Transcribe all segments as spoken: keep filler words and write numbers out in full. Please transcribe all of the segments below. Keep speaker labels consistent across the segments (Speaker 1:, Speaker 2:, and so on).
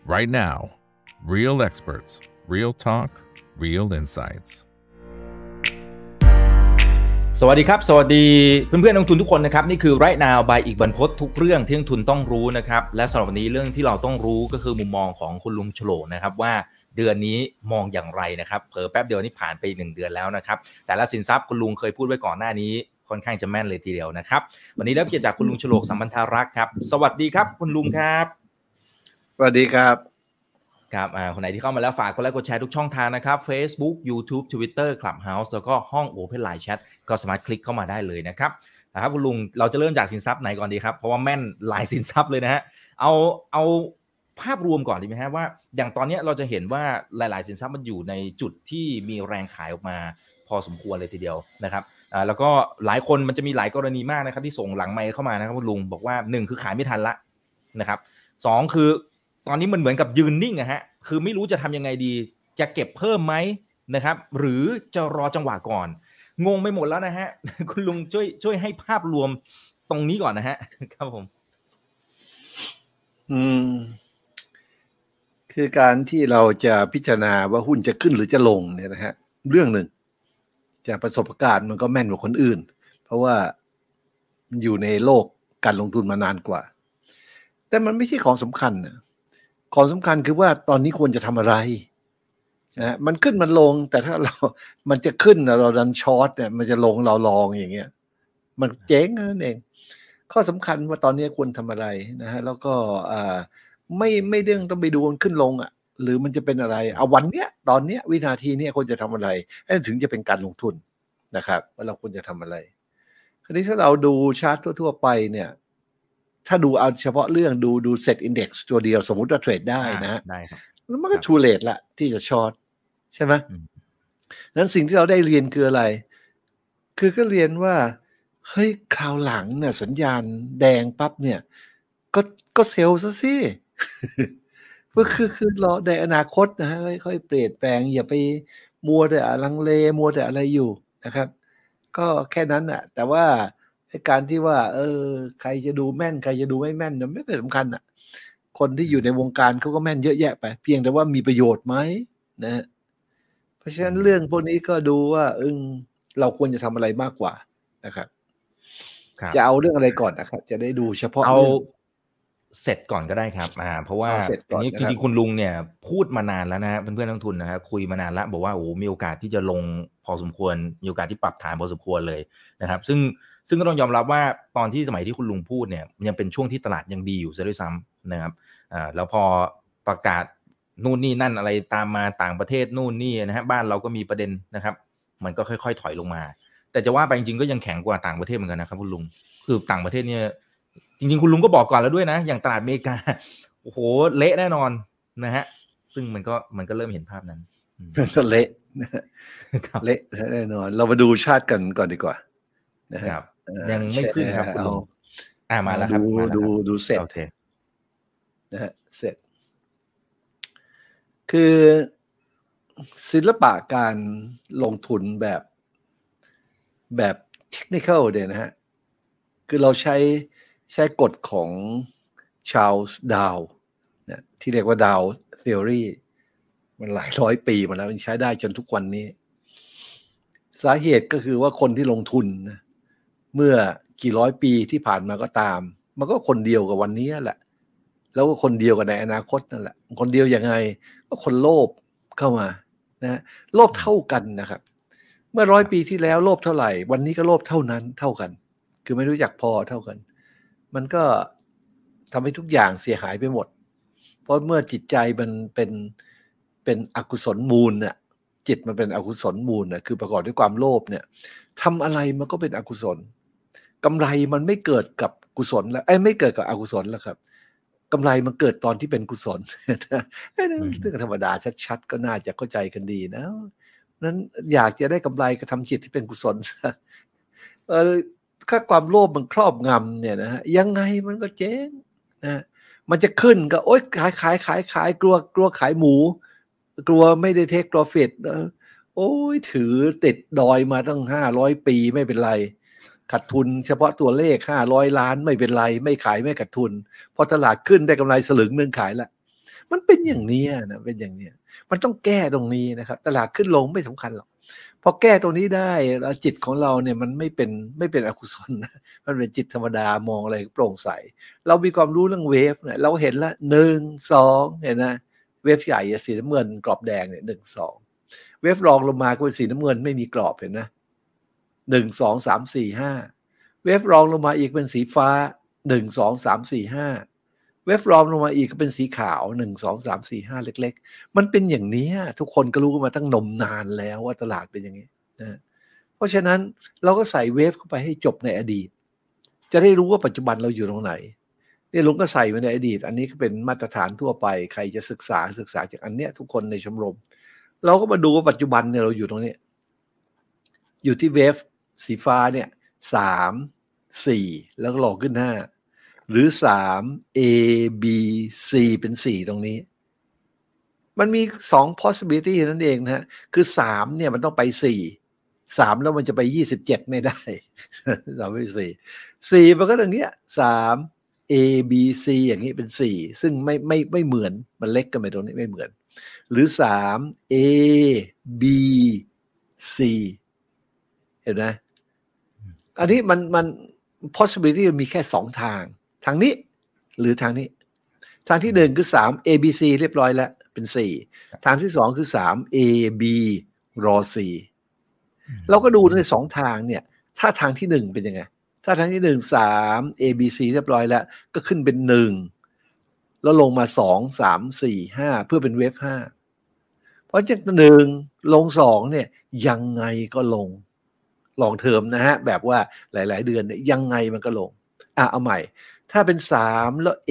Speaker 1: right now. Real experts, real talk, real insights.
Speaker 2: สวัสดีครับสวัสดีเพื่อนๆนักลงทุนทุกคนนะครับนี่คือ Right Now by อีกบรรพตทุกเรื่องที่นักลงทุนต้องรู้นะครับและสำหรับวันนี้เรื่องที่เราต้องรู้ก็คือมุมมองของคุณลุงฉลงนะครับว่าเดือนนี้มองอย่างไรนะครับเผลอแป๊บเดียวนี่ผ่านไปหนึ่งเดือนแล้วนะครับแต่ละสินทรัพย์คุณลุงเคยพูดไว้ก่อนหน้านี้ค่อนข้างจะแม่นเลยทีเดียวนะครับวันนี้ได้เกียรติจากคุณลุงฉลงสัมพันธารักษ์ครับสวัสดีครับคุณลุงครับ
Speaker 3: สวัสดีครับ
Speaker 2: ครับอ่าคนไหนที่เข้ามาแล้วฝากกดไลค์กดแชร์ทุกช่องทางนะครับ Facebook YouTube Twitter Clubhouse แล้วก็ห้อง Open Line Chat ก็สามารถคลิกเข้ามาได้เลยนะครับนะครับคุณลุงเราจะเริ่มจากสินทรัพย์ไหนก่อนดีครับเพราะว่าแม่นหลายสินทรัพย์เลยนะฮะเอาเอาภาพรวมก่อนดีไหมฮะว่าอย่างตอนนี้เราจะเห็นว่าหลายๆสินทรัพย์มันอยู่ในจุดที่มีแรงขายออกมาพอสมควรเลยทีเดียวนะครับอ่าแล้วก็หลายคนมันจะมีหลายกรณีมากนะครับที่ส่งหลังไมค์เข้ามานะครับคุณลุงบอกว่าหนึ่งคือขายไม่ทันละนะครับสองคือตอนนี้มันเหมือนกับยืนนิ่งอะฮะคือไม่รู้จะทำยังไงดีจะเก็บเพิ่มไหมนะครับหรือจะรอจังหวะก่อนงงไปหมดแล้วนะฮะคุณลุงช่วยช่วยให้ภาพรวมตรงนี้ก่อนนะฮะครับผม
Speaker 3: อืมคือการที่เราจะพิจารณาว่าหุ้นจะขึ้นหรือจะลงเนี่ยนะฮะเรื่องหนึ่งจากประสบการณ์มันก็แม่นกว่าคนอื่นเพราะว่ามันอยู่ในโลกการลงทุนมานานกว่าแต่มันไม่ใช่ของสำคัญนะของสำคัญคือว่าตอนนี้ควรจะทำอะไรนะมันขึ้นมันลงแต่ถ้าเรามันจะขึ้นเราดันช็อตเนี่ยมันจะลงเราลองอย่างเงี้ยมันเจ๊งนั่นเองข้อสำคัญว่าตอนนี้ควรทำอะไรนะฮะแล้วก็อ่าไม่ไม่เรื่องต้องไปดูมันขึ้นลงอ่ะหรือมันจะเป็นอะไรเอาวันเนี้ยตอนเนี้ยวินาทีเนี้ยควรจะทำอะไรถึงจะเป็นการลงทุนนะครับว่าเราควรจะทำอะไรคราวนี้ถ้าเราดูชาร์ตทั่วๆไปเนี่ยถ้าดูเอาเฉพาะเรื่องดูดูเซ็ตอินเด็กซ์ตัวเดียวสมมุติว่าเทรดได้นะ
Speaker 2: ได้ครับ
Speaker 3: แล้วมันก็ทูเลตละที่จะช็อตใช่ไหมนั้นสิ่งที่เราได้เรียนคืออะไรคือก็เรียนว่าเฮ้ยคราวหลังเนี่ยสัญญาณแดงปั๊บเนี่ยก็ก็เซลล์ซะสิก็คือคือรอในอนาคตนะฮะค่อยๆเปลี่ยนแปลงอย่าไปมัวแต่ลังเลมัวแต่อะไรอยู่นะครับก็แค่นั้นน่ะแต่ว่าการที่ว่าเออใครจะดูแม่นใครจะดูไม่แม่นเนี่ยไม่เป็นสำคัญอ่ะคนที่อยู่ในวงการเขาก็แม่นเยอะแยะไปเพียงแต่ว่ามีประโยชน์ไหมนะเพราะฉะนั้นเรื่องพวกนี้ก็ดูว่าเออเราควรจะทำอะไรมากกว่านะครับจะเอาเรื่องอะไรก่อนนะครับจะได้ดูเฉพาะ
Speaker 2: เอา
Speaker 3: เรื่อง
Speaker 2: เสร็จก่อนก็ได้ครับอ่าเพราะว่าอันนี้จริงๆคุณลุงเนี่ยพูดมานานแล้วนะฮะเพื่อนๆนักลงทุนนะครับคุยมานานแล้วบอกว่าโอ้มีโอกาสที่จะลงพอสมควรมีโอกาสที่ปรับฐานพอสมควรเลยนะครับซึ่งซึ่งก็ต้องยอมรับว่าตอนที่สมัยที่คุณลุงพูดเนี่ยยังเป็นช่วงที่ตลาดยังดีอยู่ซะด้วยซ้ำนะครับอ่าแล้วพอประกาศนู่นนี่นั่นอะไรตามมาต่างประเทศนู่นนี่นะฮะบ้านเราก็มีประเด็นนะครับมันก็ค่อยๆถอยลงมาแต่จะว่าไปจริงๆก็ยังแข็งกว่าต่างประเทศเหมือนกันนะครับคุณลุงคือต่างประเทศเนี่ยจริงๆคุณลุงก็บอกก่อนแล้วด้วยนะอย่างตลาดอเมริกาโอ้โหเละแน่นอนนะฮะซึ่งมันก็มันก็เริ่มเห็นภาพนั้น
Speaker 3: ก็เละเละแน่นอนเรามาดูชาติกันก่อนดีกว่า
Speaker 2: นะครับยังไม่ขึ้นครับคุณลุงอ่ามาแล้วครับ
Speaker 3: ดูดูดูเสร็จนะฮะเสร็จคือศิลปะการลงทุนแบบแบบเทคนิคอลเนี่ยนะฮะคือเราใช้ใช้กฎของชาร์ลส์ดาวนะที่เรียกว่าดาวทฤษฎีมันหลายร้อยปีมาแล้วมันใช้ได้จนทุกวันนี้สาเหตุก็คือว่าคนที่ลงทุนนะเมื่อกี่ร้อยปีที่ผ่านมาก็ตามมันก็คนเดียวกับวันนี้แหละแล้วก็คนเดียวกับในอนาคตนั่นแหละคนเดียวยังไงก็คนโลภเข้ามานะโลภเท่ากันนะครับเมื่อร้อยปีที่แล้วโลภเท่าไหร่วันนี้ก็โลภเท่านั้นเท่ากันคือไม่รู้จักพอเท่ากันมันก็ทำให้ทุกอย่างเสียหายไปหมดเพราะเมื่อจิตใจมันเป็นเป็นอกุศลมูลน่ะจิตมันเป็นอกุศลมูลน่ะคือประกอบด้วยความโลภเนี่ยทำอะไรมันก็เป็นอกุศลกำไรมันไม่เกิดกับกุศลแล้วไอ้ไม่เกิดกับอกุศลแล้วครับกำไรมันเกิดตอนที่เป็นกุศลเรื่องธรรมดาชัดๆก็น่าจะเข้าใจกันดีนะนั้นอยากจะได้กำไรก็ทำจิตที่เป็นกุศลเออถ้าความโลภมันครอบงำเนี่ยนะฮะยังไงมันก็เจ๊งนะมันจะขึ้นก็โอ๊ยขายขายขายขายกลัวกลัวขายหมูกลัวไม่ได้เทคโปรฟิตโอ้ยถือติดดอยมาตั้งห้าร้อยปีไม่เป็นไรขาดทุนเฉพาะตัวเลขห้าร้อยล้านไม่เป็นไรไม่ขายไม่ขาดทุนพอตลาดขึ้นได้กำไรสลึงนึงขายละมันเป็นอย่างนี้นะเป็นอย่างนี้มันต้องแก้ตรงนี้นะครับตลาดขึ้นลงไม่สำคัญหรอกพอแก้ตรงนี้ได้แล้วจิตของเราเนี่ยมันไม่เป็นไม่เป็นอกุศลนะมันเป็นจิตธรรมดามองอะไรโปร่งใสเรามีความรู้เรื่องเวฟเนี่ยเราเห็นละหนึ่งสองเห็นนะเวฟใหญ่สีน้ำเงินกรอบแดงเนี่ยหนึ่งสองเวฟรองลงมาก็เป็นสีน้ำเงินไม่มีกรอบเห็นนะหนึ่งสองสามสี่ห้าเวฟรองลงมาอีกเป็นสีฟ้าหนึ่งสองสามสี่ห้าเวฟรองลงมาอีกก็เป็นสีขาวหนึ่งสองสามสี่ห้าเล็กๆมันเป็นอย่างนี้ทุกคนก็รู้มาตั้งนมนานแล้วว่าตลาดเป็นอย่างนี้นะเพราะฉะนั้นเราก็ใส่เวฟเข้าไปให้จบในอดีตจะได้รู้ว่าปัจจุบันเราอยู่ตรงไหนนี่ลุงก็ใส่ไว้ในอดีตอันนี้ก็เป็นมาตรฐานทั่วไปใครจะศึกษาศึกษาจากอันเนี้ยทุกคนในชมรมเราก็มาดูว่าปัจจุบันเนี่ยเราอยู่ตรงนี้อยู่ที่เวฟสีฟ้าเนี่ยสามสี่แล้วก็รอขึ้นห้าหรือสาม A B C เป็นสี่ตรงนี้มันมีสอง possibility นั่นเองนะฮะคือสามเนี่ยมันต้องไปสี่สามแล้วมันจะไปยี่สิบเจ็ดไม่ได้สามไปสี่สี่มันก็อย่างเงี้ยสาม A B C อย่างนี้เป็นสี่ซึ่งไม่ไม่ไม่เหมือนมันเล็กกันไปตรงนี้ไม่เหมือนหรือสาม A B C เห็นไหมอันนี้มันมัน possibility มันมีแค่สองทางทางนี้หรือทางนี้ทางที่หนึ่งคือสาม A B C เรียบร้อยแล้วเป็นสี่ทางที่สองคือสาม A B รอสี่เราก็ดูในสองทางเนี่ยถ้าทางที่หนึ่งเป็นยังไงถ้าทางที่หนึ่งสาม A B C เรียบร้อยแล้วก็ขึ้นเป็นหนึ่งแล้วลงมาสองสามสี่ห้าเพื่อเป็นเวฟห้าเพราะจากหนึ่งลงสองเนี่ยยังไงก็ลงลองเทอมนะฮะแบบว่าหลายๆเดือนเนี่ยยังไงมันก็ลงอ่ะเอาใหม่ถ้าเป็นสามแล้ว A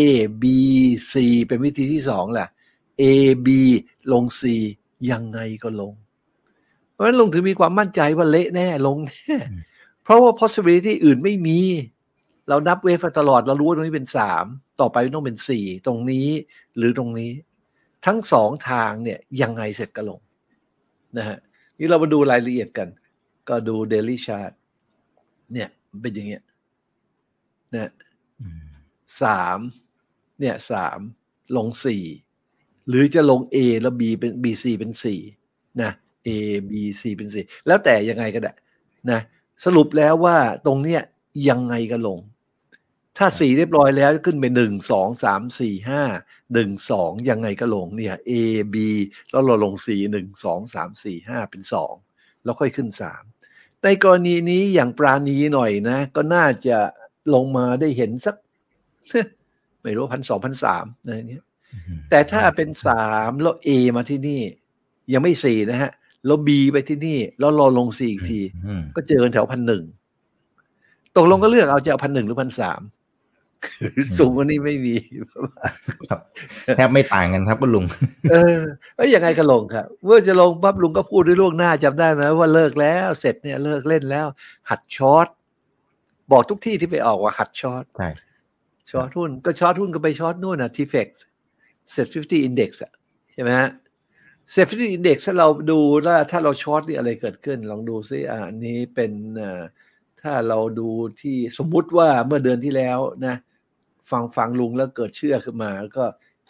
Speaker 3: B C เป็นวิธีที่สองแหละ A B ลง C ยังไงก็ลงเพราะฉะนั้นลงถึงมีความมั่นใจว่าเละแน่ลงแน่เพราะว่า possibility อื่นไม่มีเรานับเวฟตลอดเรารู้ว่าตรงนี้เป็นสามต่อไปต้องเป็นสี่ตรงนี้หรือตรงนี้ทั้งสองทางเนี่ยยังไงเสร็จก็ลงนะฮะนี่เรามาดูรายละเอียดกันก็ดู daily chart เนี่ยเป็นอย่างเงี้ยนะสามเนี่ยสามลงสี่หรือจะลง A แล้ว B เป็น B C เป็นสี่นะ A B C เป็นสี่แล้วแต่ยังไงก็ได้นะสรุปแล้วว่าตรงเนี้ยยังไงก็ลงถ้าสี่เรียบร้อยแล้วขึ้นไปหนึ่ง สอง สาม สี่ ห้า หนึ่ง สองยังไงก็ลงเนี่ย A B แล้วเราลง C หนึ่ง สอง สาม สี่ ห้าเป็นสองแล้วค่อยขึ้นสามในกรณีนี้อย่างปราณีหน่อยนะก็น่าจะลงมาได้เห็นสักไม่รู้พันสองพันสามอะไรเงี้ยแต่ถ้าเป็นสามแล้ว A มาที่นี่ยังไม่สี่นะฮะแล้ว B ไปที่นี่แล้วรอลงสี่อีกทีก็เจอกันแถวพันหนึ่งตกลงก็เลือกเอาจะเอาพันหนึ่งหรือพันสามสูงกว่านี้ไม่มี
Speaker 2: ครับแทบไม่ต่างกันครับคุณลุง
Speaker 3: เออแล้วยังไงก็ลงครับเมื่อจะลงปั๊บลุงก็พูดด้วยล่วงหน้าจำได้ไหมว่าเลิกแล้วเสร็จเนี่ยเลิกเล่นแล้วหัดช็อตบอกทุกที่ที่ไปออกว่าหัดช็อต
Speaker 2: ใช่
Speaker 3: ช็อตหุ้นก็ช็อตหุ้นก็ไปช็อตนู่นน่ะ ที เอฟ อี เอ็กซ์ เซ็ต ห้าสิบ Index อ่ะใช่ไหมฮะ เซ็ต ห้าสิบ Index ถ้าเราดูแล้วถ้าเราช็อตนี่อะไรเกิดขึ้นลองดูซิอ่าอันนี้เป็นอ่าถ้าเราดูที่สมมุติว่าเมื่อเดือนที่แล้วนะฟังฟังลุงแล้วเกิดเชื่อขึ้นมาก็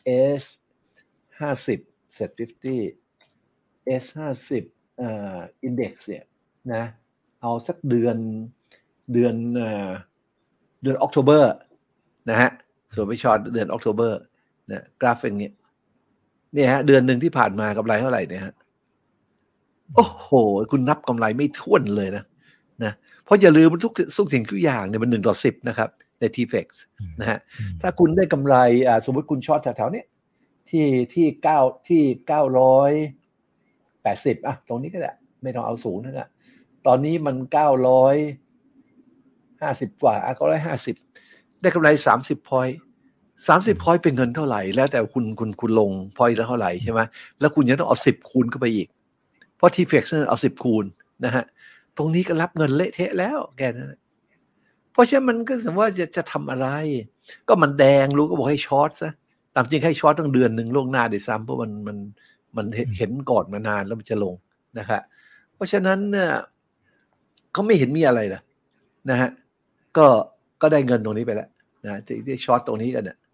Speaker 3: S ห้าสิบ เซ็ต ห้าสิบ S ห้าสิบอ่า Index เนี่ยนะเอาสักเดือนเดือนอ่าเดือน October นะฮะส่วนไปช็อตเดือน October นะกราฟเป็นอย่างนี้เนี่ยฮะเดือนหนึ่งที่ผ่านมากำไรเท่าไหร่เนี่ยฮะโอ้โหคุณนับกำไรไม่ถ้วนเลยนะนะเพราะอย่าลืมทุกทุกสิ่งทุกอย่างเนี่ยมันหนึ่งต่อสิบนะครับใน ที เอฟ อี เอ็กซ์ นะฮะถ้าคุณได้กำไรอ่าสมมติคุณช็อตแถวๆนี้ที่ที่เก้าที่เก้าร้อยแปดสิบอ่ะตรงนี้ก็ได้ไม่ต้องเอาศูนย์นะตอนนี้มันเก้าร้อยห้าสิบกว่าอ่ะเก้าร้อยห้าสิบได้กำไรสามสิบ pointสามสิบ point เป็นเงินเท่าไหร่แล้วแต่คุณคุณคุณลง point แล้วเท่าไหร่ใช่ไหมแล้วคุณยังต้องเอาสิบคูณเข้าไปอีกเพราะ ที เอฟ อี เอ็กซ์ เอาสิบคูณนะฮะตรงนี้ก็รับเงินเละเทะแล้วแกนะเพราะฉะนั้นมันก็สมมติว่าจะจะทำอะไรก็มันแดงรู้ก็บอกให้ช็อตซะตามจริงให้ช็อตตั้งเดือนหนึ่งล่วงหน้าด้วยซ้ำเพราะมันมันมันเห็นก่อนมานานแล้วมันจะลงนะครับเพราะฉะนั้นเนี่ยเขาไม่เห็นมีอะไรนะนะฮะก็ก็ได้เงินตรงนี้ไปแล้วนะที่ที่ช็อตตรงนี้กันเนี่ย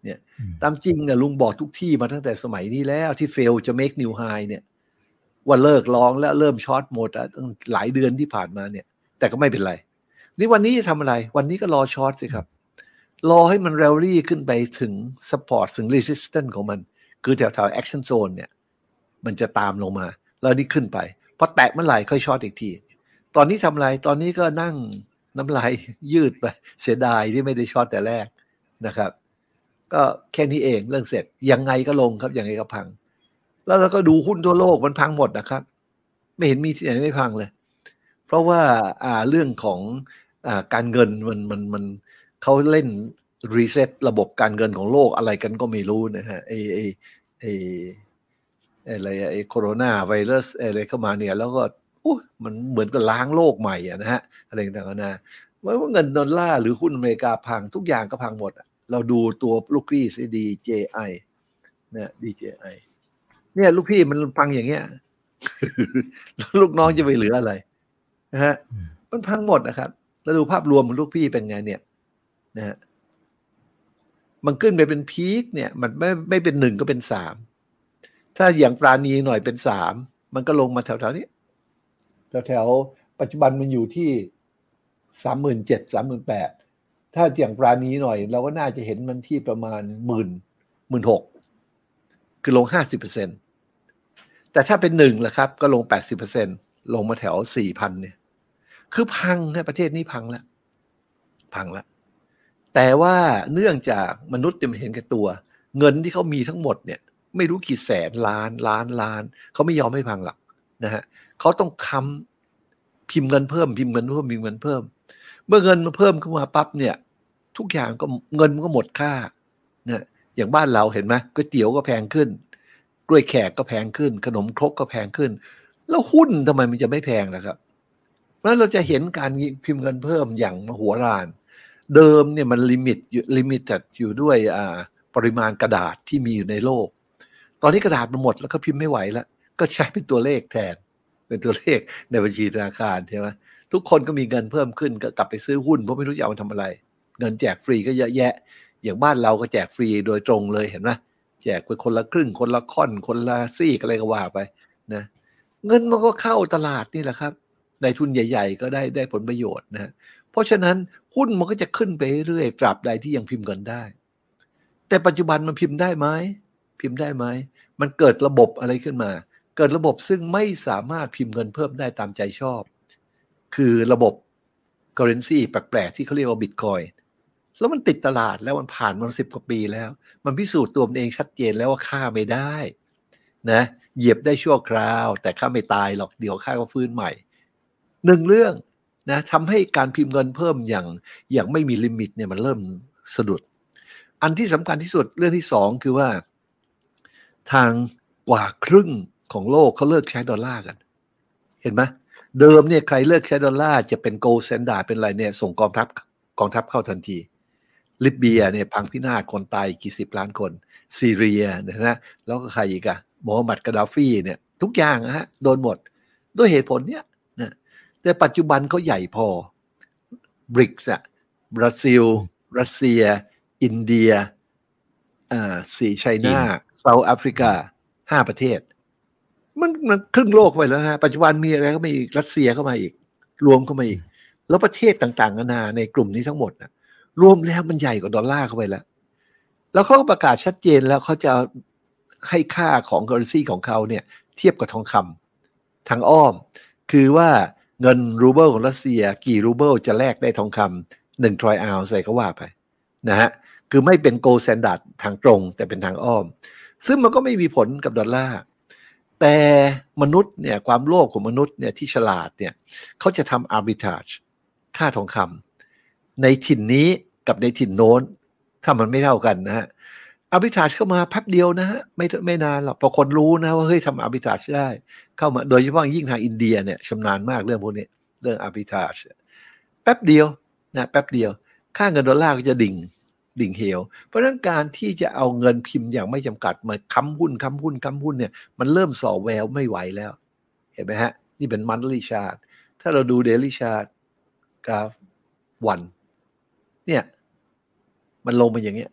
Speaker 3: เนี่ยตามจริงอะลุงบอกทุกที่มาตั้งแต่สมัยนี้แล้วที่เฟลจะ make new high เนี่ยว่าเลิกลองแล้วเริ่มช็อตหมดอะตั้งหลายเดือนที่ผ่านมาเนี่ยแต่ก็ไม่เป็นไรนี่วันนี้จะทำอะไรวันนี้ก็รอช็อตสิครับรอให้มันแรลลี่ขึ้นไปถึง support ถึง resistance ของมันคือแถวๆ action zone เนี่ยมันจะตามลงมาแล้วนี่ขึ้นไปพอแตะเมื่อไหร่ค่อยช็อตอีกทีตอนนี้ทำอะไรตอนนี้ก็นั่งน้ำลายยืดไปเสียดายที่ไม่ได้ช็อตแต่แรกนะครับก็แค่นี้เองเรื่องเสร็จยังไงก็ลงครับยังไงก็พังแล้วเราก็ดูหุ้นทั่วโลกมันพังหมดนะครับไม่เห็นมีที่ไหนไม่พังเลยเพราะว่าอ่าเรื่องของอ่าการเงินมันมันมันเขาเล่นรีเซ็ตระบบการเงินของโลกอะไรกันก็ไม่รู้นะฮะไอไอไออะไรไอโคโรนาไวรัสอะไรเข้ามาเนี่ยแล้วก็อู้มันเหมือนกับล้างโลกใหม่อะนะฮะอะไรต่างๆนะไม่ว่าเงินดอลลาร์หรือหุ้นอเมริกาพังทุกอย่างก็พังหมดเราดูตัวลูกพี่ซี ดี เจ ไอ เนี่ย ดี เจ ไอ เนี่ยลูกพี่มันพังอย่างเงี้ย ลูกน้องจะไปเหลืออะไรนะฮะมันพังหมดนะครับแล้วดูภาพรวมของลูกพี่เป็นไงเนี่ยนะฮะมันขึ้นไปเป็นพีคเนี่ยมันไม่ไม่เป็นหนึ่งก็เป็นสามถ้าอย่างปราณีหน่อยเป็นสามมันก็ลงมาแถวๆนี้แถวๆปัจจุบันมันอยู่ที่สามหมื่นเจ็ดสามหมื่นแปดถ้าอย่างปราณีหน่อยเราก็น่าจะเห็นมันที่ประมาณหมื่นหมื่นหกคือลงห้าสิบเปอร์เซ็นต์แต่ถ้าเป็นหนึ่งล่ะครับก็ลงแปดสิบเปอร์เซ็นต์ลงมาแถว สี่พัน เนี่ยคือพังนะประเทศนี้พังแล้วพังแล้วแต่ว่าเนื่องจากมนุษย์จะไม่เห็นแก่ตัวเงินที่เขามีทั้งหมดเนี่ยไม่รู้กี่แสนล้านล้านล้านเขาไม่ยอมให้พังหรอกนะฮะเขาต้องค้ำพิมพ์เงินเพิ่มพิมพ์เงินเพิ่มพิมพ์เงินเพิ่มเมื่อเงินมาเพิ่มขึ้นมาปั๊บเนี่ยทุกอย่างก็เงินมันก็หมดค่าเนี่ยอย่างบ้านเราเห็นไหมก๋วยเตี๋ยวก็แพงขึ้นกล้วยแขกก็แพงขึ้นขนมครกก็แพงขึ้นแล้วหุ้นทำไมมันจะไม่แพงนะครับเพราะเราจะเห็นการพิมพ์เงินเพิ่มอย่างมโหฬารเดิมเนี่ยมันลิมิตลิมิตจัดอยู่ด้วยอ่าปริมาณกระดาษที่มีอยู่ในโลกตอนนี้กระดาษมันหมดแล้วก็พิมพ์ไม่ไหวแล้วก็ใช้เป็นตัวเลขแทนเป็นตัวเลขในบัญชีธนาคารใช่ไหมทุกคนก็มีเงินเพิ่มขึ้นก็กลับไปซื้อหุ้นเพราะไม่รู้จะเอามาทำอะไรเงินแจกฟรีก็เยอะแยะอย่างบ้านเราก็แจกฟรีโดยตรงเลยเห็นไหมแจกไปคนละครึ่งคนละค่อนคนละซี่อะไรก็ว่าไปนะเงินมันก็เข้าตลาดนี่แหละครับนายทุนใหญ่ๆก็ได้ได้ผลประโยชน์นะเพราะฉะนั้นหุ้นมันก็จะขึ้นไปเรื่อยๆตราบใดที่ยังพิมพ์เงินได้แต่ปัจจุบันมันพิมพ์ได้ไหมพิมพ์ได้ไหมมันเกิดระบบอะไรขึ้นมาเกิดระบบซึ่งไม่สามารถพิมพ์เงินเพิ่มได้ตามใจชอบคือระบบ currency แปลกๆที่เขาเรียกว่า Bitcoin แล้วมันติดตลาดแล้วมันผ่านมาสิบกว่าปีแล้วมันพิสูจน์ตัวมันเองชัดเจนแล้วว่าฆ่าไม่ได้นะเหยียบได้ชั่วคราวแต่ฆ่าไม่ตายหรอกเดี๋ยวฆ่าก็ฟื้นใหม่หนึ่งเรื่องนะทำให้การพิมพ์เงินเพิ่มอย่างอย่างไม่มีลิมิตเนี่ยมันเริ่มสะดุดอันที่สำคัญที่สุดเรื่องที่สองคือว่าทางกว่าครึ่งของโลกเขาเลิกใช้ดอลลาร์กันเห็นไหมเดิมเนี่ยใครเลิกใช้ดอลลาร์จะเป็นโกลด์สแตนดาร์ดเป็นอะไรเนี่ยส่งกองทัพกองทัพเข้าทันทีลิเบียเนี่ยพังพินาศคนตายกี่สิบล้านคนซีเรียนะฮะแล้วก็ใครอีกอะโมฮัมหมัดกาดาฟีเนี่ยทุกอย่างนะฮะโดนหมดด้วยเหตุผลเนี้ยนะแต่ปัจจุบันเขาใหญ่พอบริกส์อะบราซิลรัสเซียอินเดียอ่าสี่ไชน่าเซาท์แอฟริกาห้าประเทศมันมันครึ่งโลกไปแล้วฮะปัจจุบันมีอะไรก็มีอีกรัสเซียเข้ามาอีกรวมเข้ามาอีกแล้วประเทศต่างๆนานาในกลุ่มนี้ทั้งหมดนะรวมแล้วมันใหญ่กว่าดอลลาร์เข้าไปแล้วแล้วเขาก็ประกาศชัดเจนแล้วเขาจะให้ค่าของ currency ของเขาเนี่ยเทียบกับทองคำทางอ้อมคือว่าเงินรูเบิลของรัสเซียกี่รูเบิลจะแลกได้ทองคำหนึ่งทรอยออนซ์ใส่ก็ว่าไปนะฮะคือไม่เป็นโกลด์สแตนดาร์ดทางตรงแต่เป็นทางอ้อมซึ่งมันก็ไม่มีผลกับดอลลาร์แต่มนุษย์เนี่ยความโลภของมนุษย์เนี่ยที่ฉลาดเนี่ยเขาจะทำ arbitrage ค่าทองคำในถิ่นนี้กับในถิ่นโน้นถ้ามันไม่เท่ากันนะฮะ arbitrage เข้ามาแป๊บเดียวนะฮะไม่ไม่นานหรอกพอคนรู้นะว่าเฮ้ยทำ arbitrage ได้เข้ามาโดยเฉพาะยิ่งทางอินเดียเนี่ยชำนาญมากเรื่องพวกนี้เรื่อง arbitrage แป๊บเดียวนะแป๊บเดียวค่าเงินดอลลาร์ก็จะดิ่งดิ่งเหวเพราะฉะนั้นการที่จะเอาเงินพิมพ์อย่างไม่จำกัดมาค้ำหุ้นค้ำหุ้นค้ำหุ้นเนี่ยมันเริ่มส่อแววไม่ไหวแล้วเห็นไหมฮะนี่เป็น monthly chart ถ้าเราดู daily chart กราฟวันเนี่ยมันลงมาอย่างเงี้ย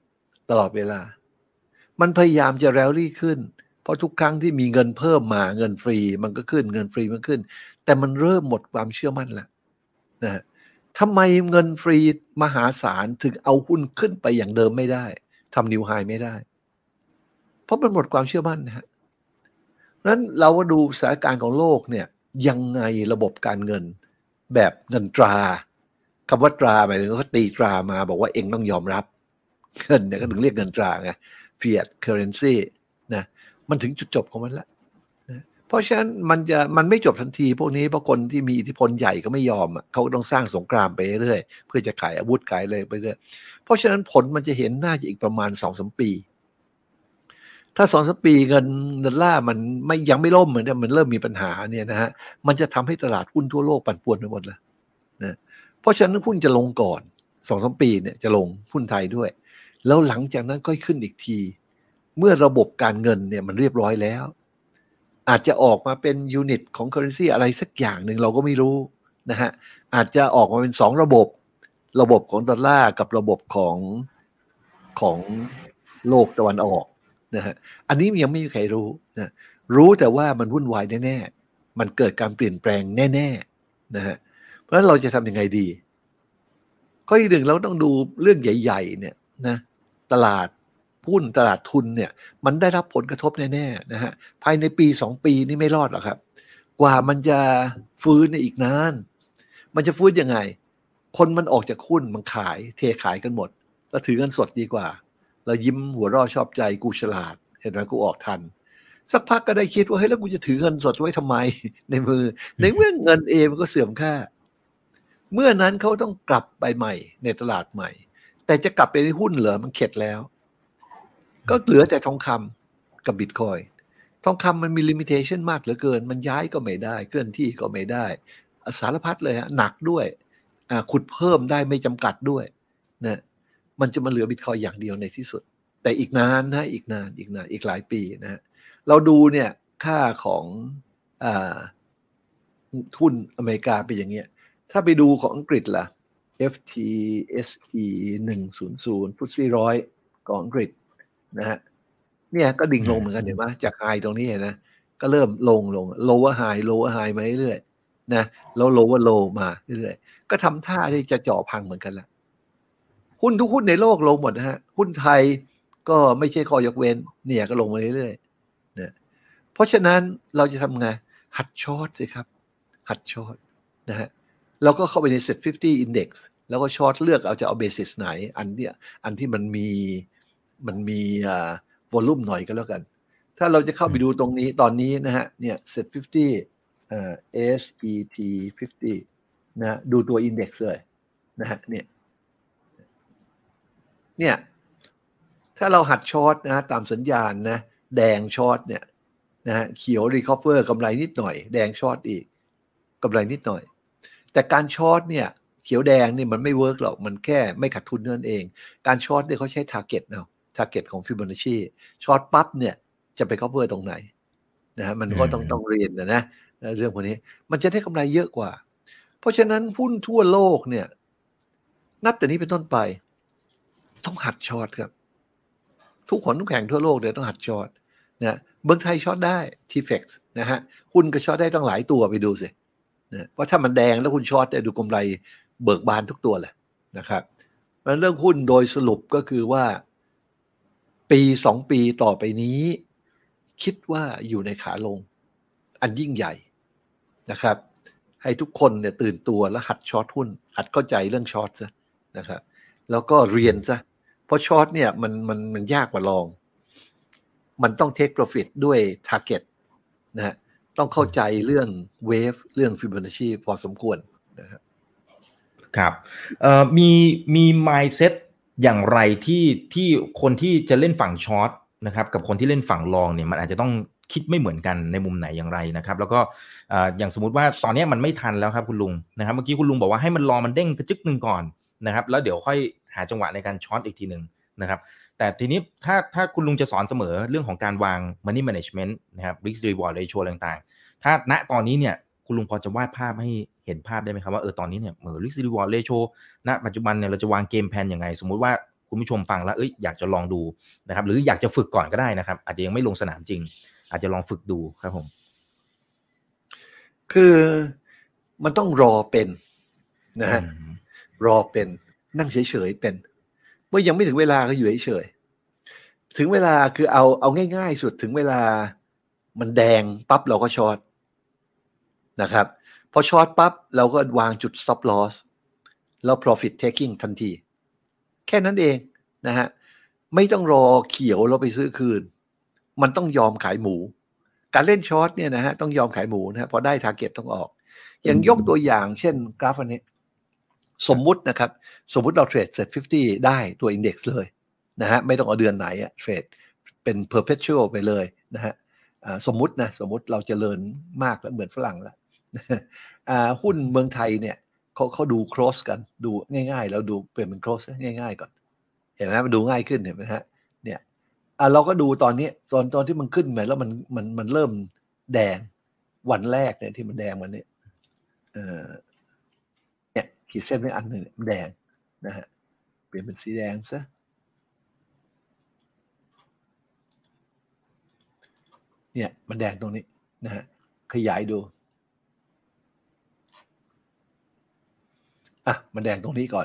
Speaker 3: ตลอดเวลามันพยายามจะแรลลี่ขึ้นเพราะทุกครั้งที่มีเงินเพิ่มมาเงินฟรีมันก็ขึ้นเงินฟรีมันขึ้นแต่มันเริ่มหมดความเชื่อมั่นแล้วนะทำไมเงินฟรีมหาศาลถึงเอาหุ้นขึ้นไปอย่างเดิมไม่ได้ทำนิวไฮไม่ได้เพราะมันหมดความเชื่อมั่นนะฮะนั้นเราก็ดูสถานการณ์ของโลกเนี่ยยังไงระบบการเงินแบบเงินตราคำว่าตราหมายถึงเขาตีตรามาบอกว่าเองต้องยอมรับเงินเนี่ยก็ถึงเรียกเงินตราไง fiat currency นะมันถึงจุดจบของมันแล้วนะเพราะฉะนั้นมันจะมันไม่จบทันทีพวกนี้เพราะคนที่มีอิทธิพลใหญ่ก็ไม่ยอมเขาต้องสร้างสงครามไปเรื่อยเพื่อจะขายอาวุธขายเลยไปเรื่อยเพราะฉะนั้นผลมันจะเห็นน่าจะอีกประมาณ สองถึงสาม ปีถ้า สองถึงสาม ปีเงินดอลลาร์มันไม่ยังไม่ล่มเหมือนมันเริ่มมีปัญหาเนี่ยนะฮะมันจะทำให้ตลาดหุ้นทั่วโลกปั่นป่วนไปหมดแล้วนะเพราะฉะนั้นหุ้นจะลงก่อน สองถึงสาม ปีเนี่ยจะลงหุ้นไทยด้วยแล้วหลังจากนั้นก็ขึ้นอีกทีเมื่อระบบการเงินเนี่ยมันเรียบร้อยแล้วอาจจะออกมาเป็นยูนิตของ currency อะไรสักอย่างหนึ่งเราก็ไม่รู้นะฮะอาจจะออกมาเป็นสองระบบระบบของดอลลาร์กับระบบของของโลกตะวันออกนะฮะอันนี้ยังไม่มีใครรู้นะรู้แต่ว่ามันวุ่นวายแน่ๆมันเกิดการเปลี่ยนแปลงแน่ๆนะฮะเพราะฉะนั้นเราจะทำยังไงดีข้อที่หนึ่งเราต้องดูเรื่องใหญ่ๆเนี่ยนะตลาดหุ้นตลาดทุนเนี่ยมันได้รับผลกระทบแน่ๆนะฮะภายในปีสองปีนี่ไม่รอดหรอกครับกว่ามันจะฟื้นในอีกนานมันจะฟื้นยังไงคนมันออกจากหุ้นมันขายเทขายกันหมดแล้วถือเงินสดดีกว่าเรายิ้มหัวเราะชอบใจกูฉลาดเห็นไหมกูออกทันสักพักก็ได้คิดว่าเฮ้ยแล้วกูจะถือเงินสดไว้ทำไมในมือในเมื่อเงินเองมันก็เสื่อมค่าเมื่อนั้นเขาต้องกลับไปใหม่ในตลาดใหม่แต่จะกลับไปในหุ้นเหรอมันเข็ดแล้วก็เหลือแต่ทองคำกับบิตคอยน์ทองคำมันมีลิมิเตชันมากเหลือเกินมันย้ายก็ไม่ได้เคลื่อนที่ก็ไม่ได้สารพัดเลยฮะหนักด้วยขุดเพิ่มได้ไม่จำกัดด้วยนะมันจะมาเหลือบิตคอยน์อย่างเดียวในที่สุดแต่อีกนานนะอีกนานอีกนานอีกหลายปีนะเราดูเนี่ยค่าของอ่าทุนอเมริกาเป็นอย่างเงี้ยถ้าไปดูของอังกฤษล่ะ เอฟ ที เอส อี หนึ่งร้อย ฟุตซี่หนึ่งร้อยของอังกฤษนะฮะเนี่ยก็ดิ่งลงเหมือนกันเห็นไหมจากไฮตรงนี้นะก็เริ่มลงลง lower high lower high มาเรื่อยๆนะแล้ว lower low มาเรื่อยๆก็ทำท่าที่จะเจาะพังเหมือนกันละหุ้นทุกหุ้นในโลกลงหมดนะฮะหุ้นไทยก็ไม่ใช่ข้อยกเว้นเนี่ยก็ลงมาเรื่อยๆนะเพราะฉะนั้นเราจะทำไงหัดช็อตสิครับหัดช็อตนะฮะแล้วก็เข้าไปใน เซ็ต ห้าสิบ Index แล้วก็ช็อตเลือกเอาจะเอาเบสิสไหนอันเนี้ยอันที่มันมีมันมีอ่าวอลลุ่มหน่อยก็แล้วกันถ้าเราจะเข้าไปดูตรงนี้ตอนนี้นะฮะเนี่ย เซ็ต ห้าสิบเอ่อ เอส อี ที ห้าสิบนะดูตัว Index เลยนะฮะเนี่ยเนี่ยถ้าเราหัดช็อตนะตามสัญญาณนะแดงช็อตเนี่ยนะฮะเขียวรีคอเวอร์กำไรนิดหน่อยแดงช็อตอีกกำไรนิดหน่อยแต่การช็อตเนี่ยเขียวแดงนี่มันไม่เวิร์กหรอกมันแค่ไม่ขาดทุนนั่นเองการช็อตเนี่ยเขาใช้ทาร์เก็ตเอาทาร์เก็ตของฟิโบนัชชีช็อตปั๊บเนี่ยจะไป cover ตรงไหนนะฮะมันก็ต้องต้องเรียนนะนะเรื่องพวกนี้มันจะได้กำไรเยอะกว่าเพราะฉะนั้นหุ้นทั่วโลกเนี่ยนับแต่นี้เป็นต้นไปต้องหัดช็อตครับทุกคนทุกแห่งทั่วโลกเดี๋ยวต้องหัดช็อตนะเมืองไทยช็อตได้ ที เอฟ อี เอ็กซ์ นะฮะหุ้นก็ช็อตได้ตั้งหลายตัวไปดูสินะเพราะถ้ามันแดงแล้วคุณช็อตได้ดูกำไรเบิกบานทุกตัวเลยนะครับเพราะเรื่องหุ้นโดยสรุปก็คือว่าปีสองปีต่อไปนี้คิดว่าอยู่ในขาลงอันยิ่งใหญ่นะครับให้ทุกคนเนี่ยตื่นตัวแล้วหัดช็อตหุ้นหัดเข้าใจเรื่องช็อตซะนะครับแล้วก็เรียนซะเพราะช็อตเนี่ยมันมันมันยากกว่าลองมันต้อง take profit ด้วย target นะฮะต้องเข้าใจเรื่อง wave เรื่อง Fibonacci พอสมควรนะครับ
Speaker 2: ครับเอ่อมีมี mindset อย่างไรที่ที่คนที่จะเล่นฝั่งช็อตนะครับกับคนที่เล่นฝั่งลองเนี่ยมันอาจจะต้องคิดไม่เหมือนกันในมุมไหนอย่างไรนะครับแล้วก็เอ่ออย่างสมมุติว่าตอนนี้มันไม่ทันแล้วครับคุณลุงนะครับเมื่อกี้คุณลุงบอกว่าให้มันรอมันเด้งกระจึกนึงก่อนนะครับแล้วเดี๋ยวค่อยหาจังหวะในการช็อตอีกทีนึงนะครับแต่ทีนี้ถ้าถ้าคุณลุงจะสอนเสมอเรื่องของการวาง money management นะครับ risk reward ratio ต่างๆถ้าณตอนนี้เนี่ยคุณลุงพอจะวาดภาพให้เห็นภาพได้ไหมครับว่าเออตอนนี้เนี่ยเออ risk reward ratio ณปัจจุบันเนี่ยเราจะวางเกมแพลนยังไงสมมุติว่าคุณผู้ชมฟังแล้วเอ้ยอยากจะลองดูนะครับหรืออยากจะฝึกก่อนก็ได้นะครับอาจจะยังไม่ลงสนามจริงอาจจะลองฝึกดูครับผม
Speaker 3: คือมันต้องรอเป็นนะฮะรอเป็นนั่งเฉยๆเป็นเมื่อยังไม่ถึงเวลาก็อยู่เฉยๆถึงเวลาคือเอาเอาง่ายๆสุดถึงเวลามันแดงปั๊บเราก็ช็อตนะครับพอช็อตปั๊บเราก็วางจุด stop loss แล้ว profit taking ทันทีแค่นั้นเองนะฮะไม่ต้องรอเขียวเราไปซื้อคืนมันต้องยอมขายหมูการเล่นช็อตเนี่ยนะฮะต้องยอมขายหมูนะฮะพอได้ target ต้องออกอย่างยกตัวอย่างเช่นกราฟอันนี้สมมุตินะครับสมมุติเราเทรด เซ็ต ห้าสิบ ได้ตัว index เลยนะฮะไม่ต้องเอาเดือนไหนอะเทรดเป็น perpetual ไปเลยนะฮะสมมุตินะสมมุติเราเจริญมากแล้วเหมือนฝรั่งแล้วหุ้นเมืองไทยเนี่ยเขาเขาดู cross กันดูง่ายๆแล้วดูเปลี่ยนเป็น cross ง่ายๆก่อนเห็นไหมมันดูง่ายขึ้นเห็นไหมฮะเนี่ยเราก็ดูตอนนี้ตอนตอนที่มันขึ้นมาแล้วมันมันมันเริ่มแดงวันแรกเนี่ยที่มันแดงวันนี้เอ่อเนี่ยขีดเส้นไว้อันหนึ่งมันแดงนะฮะเปลี่ยนเป็นสีแดงซะเนี่ยมันแดงตรงนี้นะฮะขยายดูอ่ะมันแดงตรงนี้ก่อน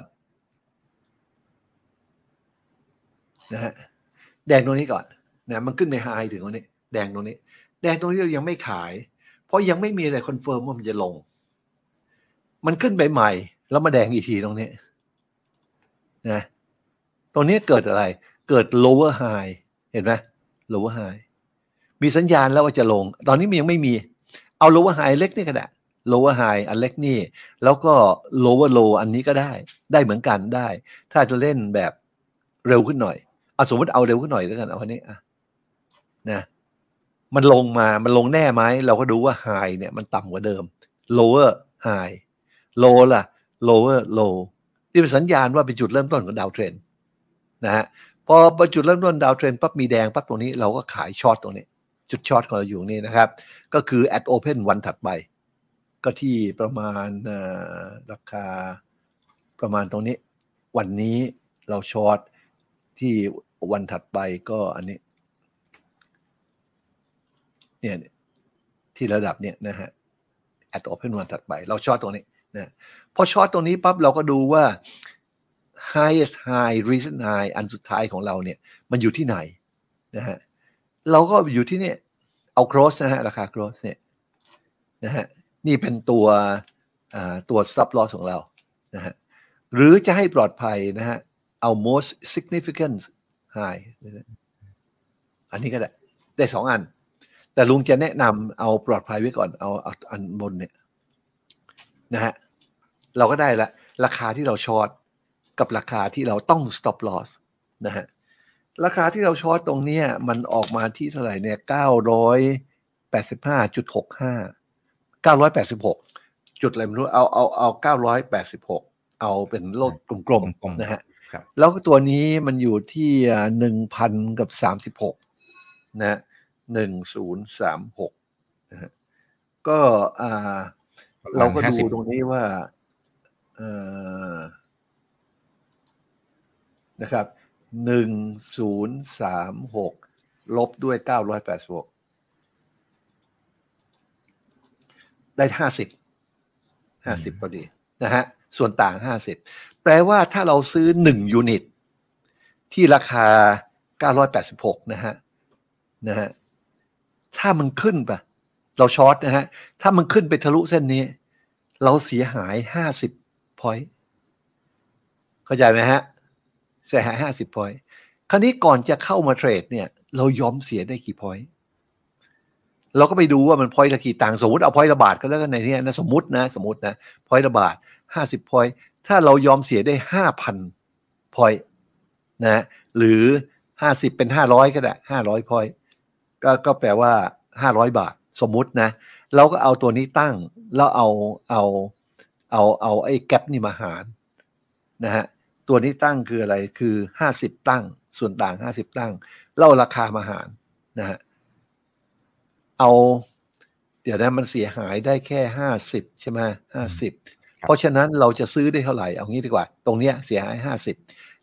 Speaker 3: นะฮะแดงตรงนี้ก่อนนะมันขึ้นไปไฮถึงตรงนี้แดงตรงนี้แดงตรงนี้เรายังไม่ขายเพราะยังไม่มีอะไรคอนเฟิร์มว่ามันจะลงมันขึ้นไปใหม่แล้วมาแดงอีกทีตรงนี้นะตรงนี้เกิดอะไรเกิด lower high เห็นไหม lower high มีสัญญาณแล้วว่าจะลงตอนนี้มันยังไม่มีเอา lower high เล็กนี่ก็ได้ lower high อันเล็กนี่แล้วก็ lower low อันนี้ก็ได้ได้เหมือนกันได้ถ้าจะเล่นแบบเร็วขึ้นหน่อยเอาสมมติเอาเร็วขึ้นหน่อยแล้วกันเอาอันนี้อ่ะนะมันลงมามันลงแน่ไหมเราก็ดูว่า high เนี่ยมันต่ำกว่าเดิม lower high low ล่ะ lower low นี่เป็นสัญญาณว่าเป็นจุดเริ่มต้นของดาวเทรนนะฮะพอประจุดเริ่มต้นดาวเทรนปั๊บมีแดงปั๊บตรงนี้เราก็ขายช็อตตรงนี้จุดช็อตของเราอยู่นี่นะครับก็คือ at open วันถัดไปก็ที่ประมาณราคาประมาณตรงนี้วันนี้เราช็อตที่วันถัดไปก็อันนี้เนี่ยที่ระดับเนี่ยนะฮะ at open วันถัดไปเราช็อตตรงนี้นะพอช็อตตรงนี้ปั๊บเราก็ดูว่า highest high recent high อันสุดท้ายของเราเนี่ยมันอยู่ที่ไหนนะฮะเราก็อยู่ที่เนี่ยเอา cross นะฮะราคา cross เนี่ยนะฮะนี่เป็นตัวตัว stop loss ของเรานะฮะหรือจะให้ปลอดภัยนะฮะเอา most significant high อันนี้ก็ได้ได้สองอันแต่ลุงจะแนะนำเอาปลอดภัยไว้ก่อนเอาเอาอันบนเนี่ยนะฮะเราก็ได้ละราคาที่เราช็อตกับราคาที่เราต้อง stop loss นะฮะราคาที่เราช็อตตรงนี้มันออกมาที่เท่าไหร่เนี่ยเก้าร้อยแปดสิบห้าจุดหกห้า เก้าร้อยแปดสิบหกจุดอะไรไม่รู้เอาเอาเอาเก้าร้อยแปดสิบหกเอาเป็นโลดกลมๆนะฮะแล้วตัวนี้มันอยู่ที่ หนึ่งพัน กับสามสิบหกนะหนึ่งพันสามสิบหกนะฮะก็อ่าเราก็ดูตรงนี้ว่าเอ่อนะครับหนึ่งพันสามสิบหกลบด้วยเก้าร้อยแปดสิบหกได้ห้าสิบ ห้าสิบพอดีนะฮะส่วนต่างห้าสิบแปลว่าถ้าเราซื้อหนึ่งยูนิตที่ราคาเก้าร้อยแปดสิบหกนะฮะนะฮะถ้ามันขึ้นไปเราช็อตนะฮะถ้ามันขึ้นไปทะลุเส้นนี้เราเสียหายห้าสิบ point เข้าใจไหมฮะเสียหายห้าสิบ point คราวนี้ก่อนจะเข้ามาเทรดเนี่ยเรายอมเสียได้กี่ point เราก็ไปดูว่ามัน point ละกี่ตังค์สมมติเอา point ละบาทก็แล้วกันในนี้นะสมมตินะสมมตินะ point ละบาทห้าสิบ point ถ้าเรายอมเสียได้ ห้าพัน point นะหรือห้าสิบเป็นห้าร้อยก็ได้ห้าร้อย point ก็ก็แปลว่าห้าร้อยบาทสมมุตินะเราก็เอาตัวนี้ตั้งแล้วเอาเอาเอาเอาไอ้แกปนี่มาหารนะฮะตัวนี้ตั้งคืออะไรคือห้าสิบตั้งส่วนต่างห้าสิบตั้งแล้วราคามาหารนะฮะเอาเดี๋ยวนะมันเสียหายได้แค่ห้าสิบใช่ไหมห้าสิบเพราะฉะนั้นเราจะซื้อได้เท่าไหร่เอางี้ดีกว่าตรงเนี้ยเสียหายห้าสิบ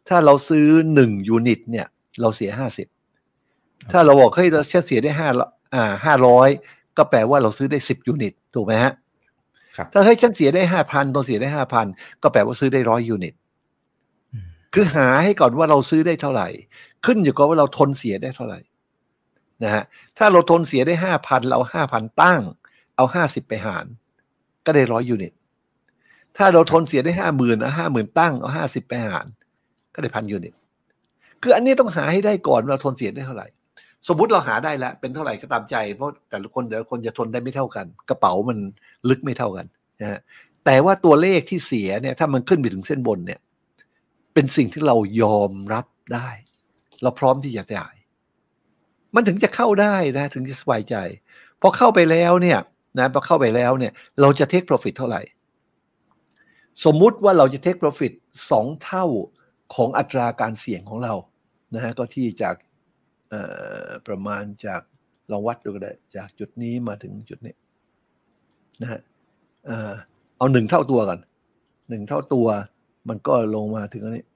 Speaker 3: ถ้าเราซื้อหนึ่งยูนิตเนี่ยเราเสียห้าสิบถ้าเราบอกเฮ้ยเราฉันเสียได้ห้าอ่าห้าร้อยก็แปลว่าเราซื้อได้สิบยูนิตถูกไหมฮะ
Speaker 2: ครับ
Speaker 3: ถ้าเฮ้ยฉันเสียได้ห้าพันตอนเสียได้ห้าพันก็แปลว่าซื้อได้ร้อยยูนิตคือหาให้ก่อนว่าเราซื้อได้เท่าไหร่ขึ้นอยู่กับว่าเราทนเสียได้เท่าไหร่นะฮะถ้าเราทนเสียได้ห้าพันเราห้าพันตั้งเอาห้าสิบไปหารก็ได้ร้อยยูนิตถ้าเราทนเสียได้ห้าหมื่นเอาห้าหมื่นตั้งเอาห้าสิบไปหารก็ได้พันยูนิตคืออันนี้ต้องหาให้ได้ก่อนเราทนเสียได้เท่าไหร่สมมุติเราหาได้แล้วเป็นเท่าไหร่ก็ตามใจเพราะแต่ละคนแต่ละคนจะทนได้ไม่เท่ากันกระเป๋ามันลึกไม่เท่ากันนะฮะแต่ว่าตัวเลขที่เสียเนี่ยถ้ามันขึ้นไปถึงเส้นบนเนี่ยเป็นสิ่งที่เรายอมรับได้เราพร้อมที่จะจ่ายมันถึงจะเข้าได้นะถึงจะสบายใจพอเข้าไปแล้วเนี่ยนะพอเข้าไปแล้วเนี่ยเราจะ take profit เท่าไหร่สมมุติว่าเราจะ take profit สองเท่าของอัตราการเสี่ยงของเรานะฮะก็ที่จากประมาณจากลองวัดดูก็ได้จากจุดนี้มาถึงจุดนี้นะฮะเอาหนึ่งเท่าตัวก่อนหนึ่งเท่าตัวมันก็ลงมาถึงอันนี้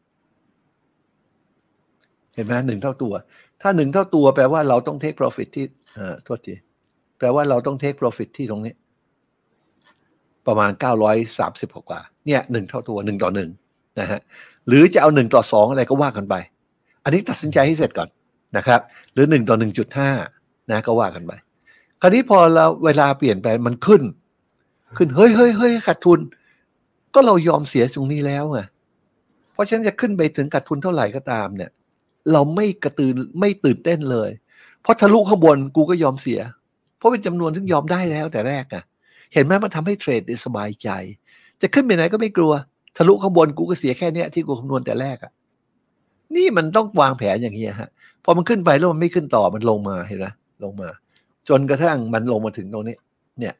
Speaker 3: เห็นไหมหนึ่งเท่าตัวถ้าหนึ่งเท่าตัวแปลว่าเราต้อง take profit ที่อ่าโทษทีแปลว่าเราต้อง take profit ที่ตรงนี้ประมาณเก้าร้อยสามสิบกว่าเนี่ยหนึ่งเท่าตัวหนึ่งต่อหนึ่งนะฮะหรือจะเอาหนึ่งต่อสองอะไรก็ว่ากันไปอันนี้ตัดสินใจให้เสร็จก่อนนะครับหรือหนึ่งต่อ หนึ่งจุดห้า นะก็ว่ากันไปคราวนี้พอเราเวลาเปลี่ยนไปมันขึ้นขึ้นเฮ้ยเฮ้ยเฮ้ยขาดทุนก็เรายอมเสียตรงนี้แล้วไงเพราะฉะนั้นจะขึ้นไปถึงขาดทุนเท่าไหร่ก็ตามเนี่ยเราไม่กระตือไม่ตื่นเต้นเลยเพราะทะลุข้างบนกูก็ยอมเสียเพราะเป็นจำนวนที่ยอมได้แล้วแต่แรกอ่ะเห็นไหมมันทำให้เทรดได้สบายใจจะขึ้นไปไหนก็ไม่กลัวทะลุข้างบนกูก็เสียแค่เนี้ยที่กูคำนวณแต่แรกอ่ะนี่มันต้องวางแผนอย่างนี้ฮะพอมันขึ้นไปแล้วมันไม่ขึ้นต่อมันลงมาเห็นไหมลงมาจนกระทั่งมันลงมาถึงตรงนี้เนี่ย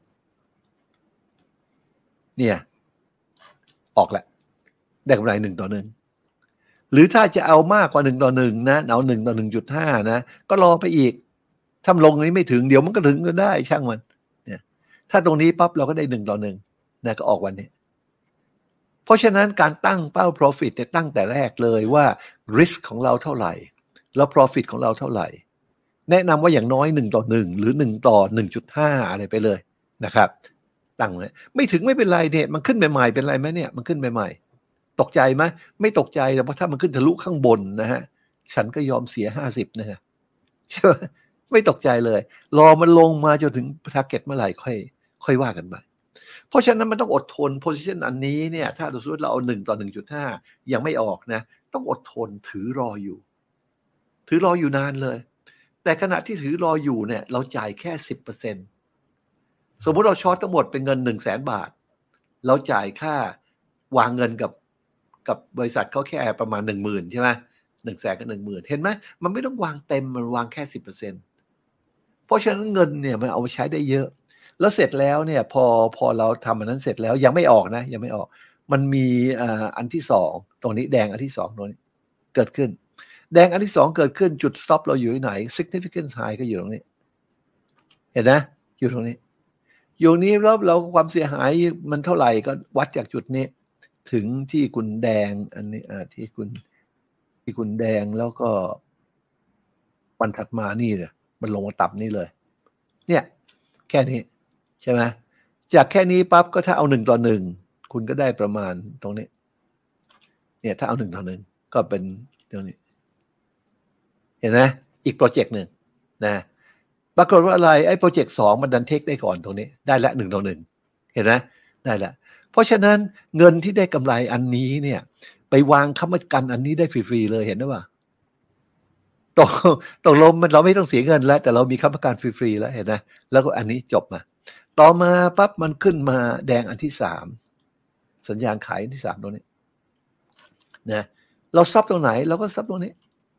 Speaker 3: เนี่ยออกแล้วได้กำไรหนึ่งต่อหนึ่งหรือถ้าจะเอามากกว่าหนึ่งต่อหนึ่งนะเอาหนึ่งต่อหนึ่งจุดห้านะก็รอไปอีกถ้าลงนี้ไม่ถึงเดี๋ยวมันก็ถึงก็ได้ช่างมันเนี่ยถ้าตรงนี้ปั๊บเราก็ได้หนึ่งต่อหนึ่งนะก็ออกวันนี้เพราะฉะนั้นการตั้งเป้า profit เนี่ยตั้งแต่แรกเลยว่า risk ของเราเท่าไหร่แล้ว profit ของเราเท่าไหร่แนะนำว่าอย่างน้อยหนึ่งต่อหนึ่งหรือหนึ่งต่อ หนึ่งจุดห้า อะไรไปเลยนะครับตั้งไว้ไม่ถึงไม่เป็นไรเนี่ยมันขึ้นใหม่ๆเป็นไรไหมเนี่ยมันขึ้นใหม่ๆตกใจไหมไม่ตกใจแต่เพราะถ้ามันขึ้นทะลุข้างบนนะฮะฉันก็ยอมเสียห้าสิบนะฮะไม่ตกใจเลยรอมันลงมาจนถึง target เมื่อไหร่ค่อยค่อยว่ากันไปเพราะฉะนั้นมันต้องอดทน position อันนี้เนี่ยถ้าสมมติเราเอาหนึ่งต่อ หนึ่งจุดห้า ยังไม่ออกนะต้องอดทนถือรออยู่ถือรออยู่นานเลยแต่ขณะที่ถือรออยู่เนี่ยเราจ่ายแค่ สิบเปอร์เซ็นต์ สมมุติเราช็อตทั้งหมดเป็นเงิน หนึ่งแสน บาทเราจ่ายค่าวางเงินกับกับบริษัทเขาแค่ประมาณ หนึ่งหมื่น ใช่ไหมหนึ่งแสนกับ หนึ่งหมื่น เห็นไหมมันไม่ต้องวางเต็มมันวางแค่ สิบเปอร์เซ็นต์ เพราะฉะนั้นเงินเนี่ยมันเอาไปใช้ได้เยอะแล้วเสร็จแล้วเนี่ยพอพอเราทำอันนั้นเสร็จแล้วยังไม่ออกนะยังไม่ออกมันมีอ่าอันที่สองตรงนี้แดงอันที่สองตรงนี้เกิดขึ้นแดงอันที่สองเกิดขึ้นจุด stop เราอยู่ที่ไหน significant high ก็อยู่ตรงนี้เห็นนะอยู่ตรงนี้อยู่นี้แล้วเราความเสียหายมันเท่าไหร่ก็วัดจากจุดนี้ถึงที่คุณแดงอันนี้อ่าที่คุณที่คุณแดงแล้วก็วันถัดมานี่เนี่ยมันลงมาต่ำนี่เลยเนี่ยแค่นี้ใช่ไหมจากแค่นี้ปั๊บก็ถ้าเอาหนึ่งต่อหนึ่งคุณก็ได้ประมาณตรงนี้เนี่ยถ้าเอาหนึ่งต่อหนึ่งก็เป็นตรงนี้เห็นไหมอีกโปรเจกต์หนึ่งนะปรากฏว่าอะไรไอ้โปรเจกต์สองมันดันเทคได้ก่อนตรงนี้ได้ละหนึ่งต่อหนึ่งเห็นไหมได้ละเพราะฉะนั้นเงินที่ได้กำไรอันนี้เนี่ยไปวางค้ำประกันอันนี้ได้ฟรีๆเลยเห็นไหมว่าตกตกลงมันเราไม่ต้องเสียเงินแล้วแต่เรามีค้ำประกันฟรีๆแล้วเห็นไหมแล้วก็อันนี้จบมาต่อมาปั๊บมันขึ้นมาแดงอันที่สามสัญญาณขายอันที่สามตรงนี้นะเราซับตรงไหนเราก็ซับตรงนี้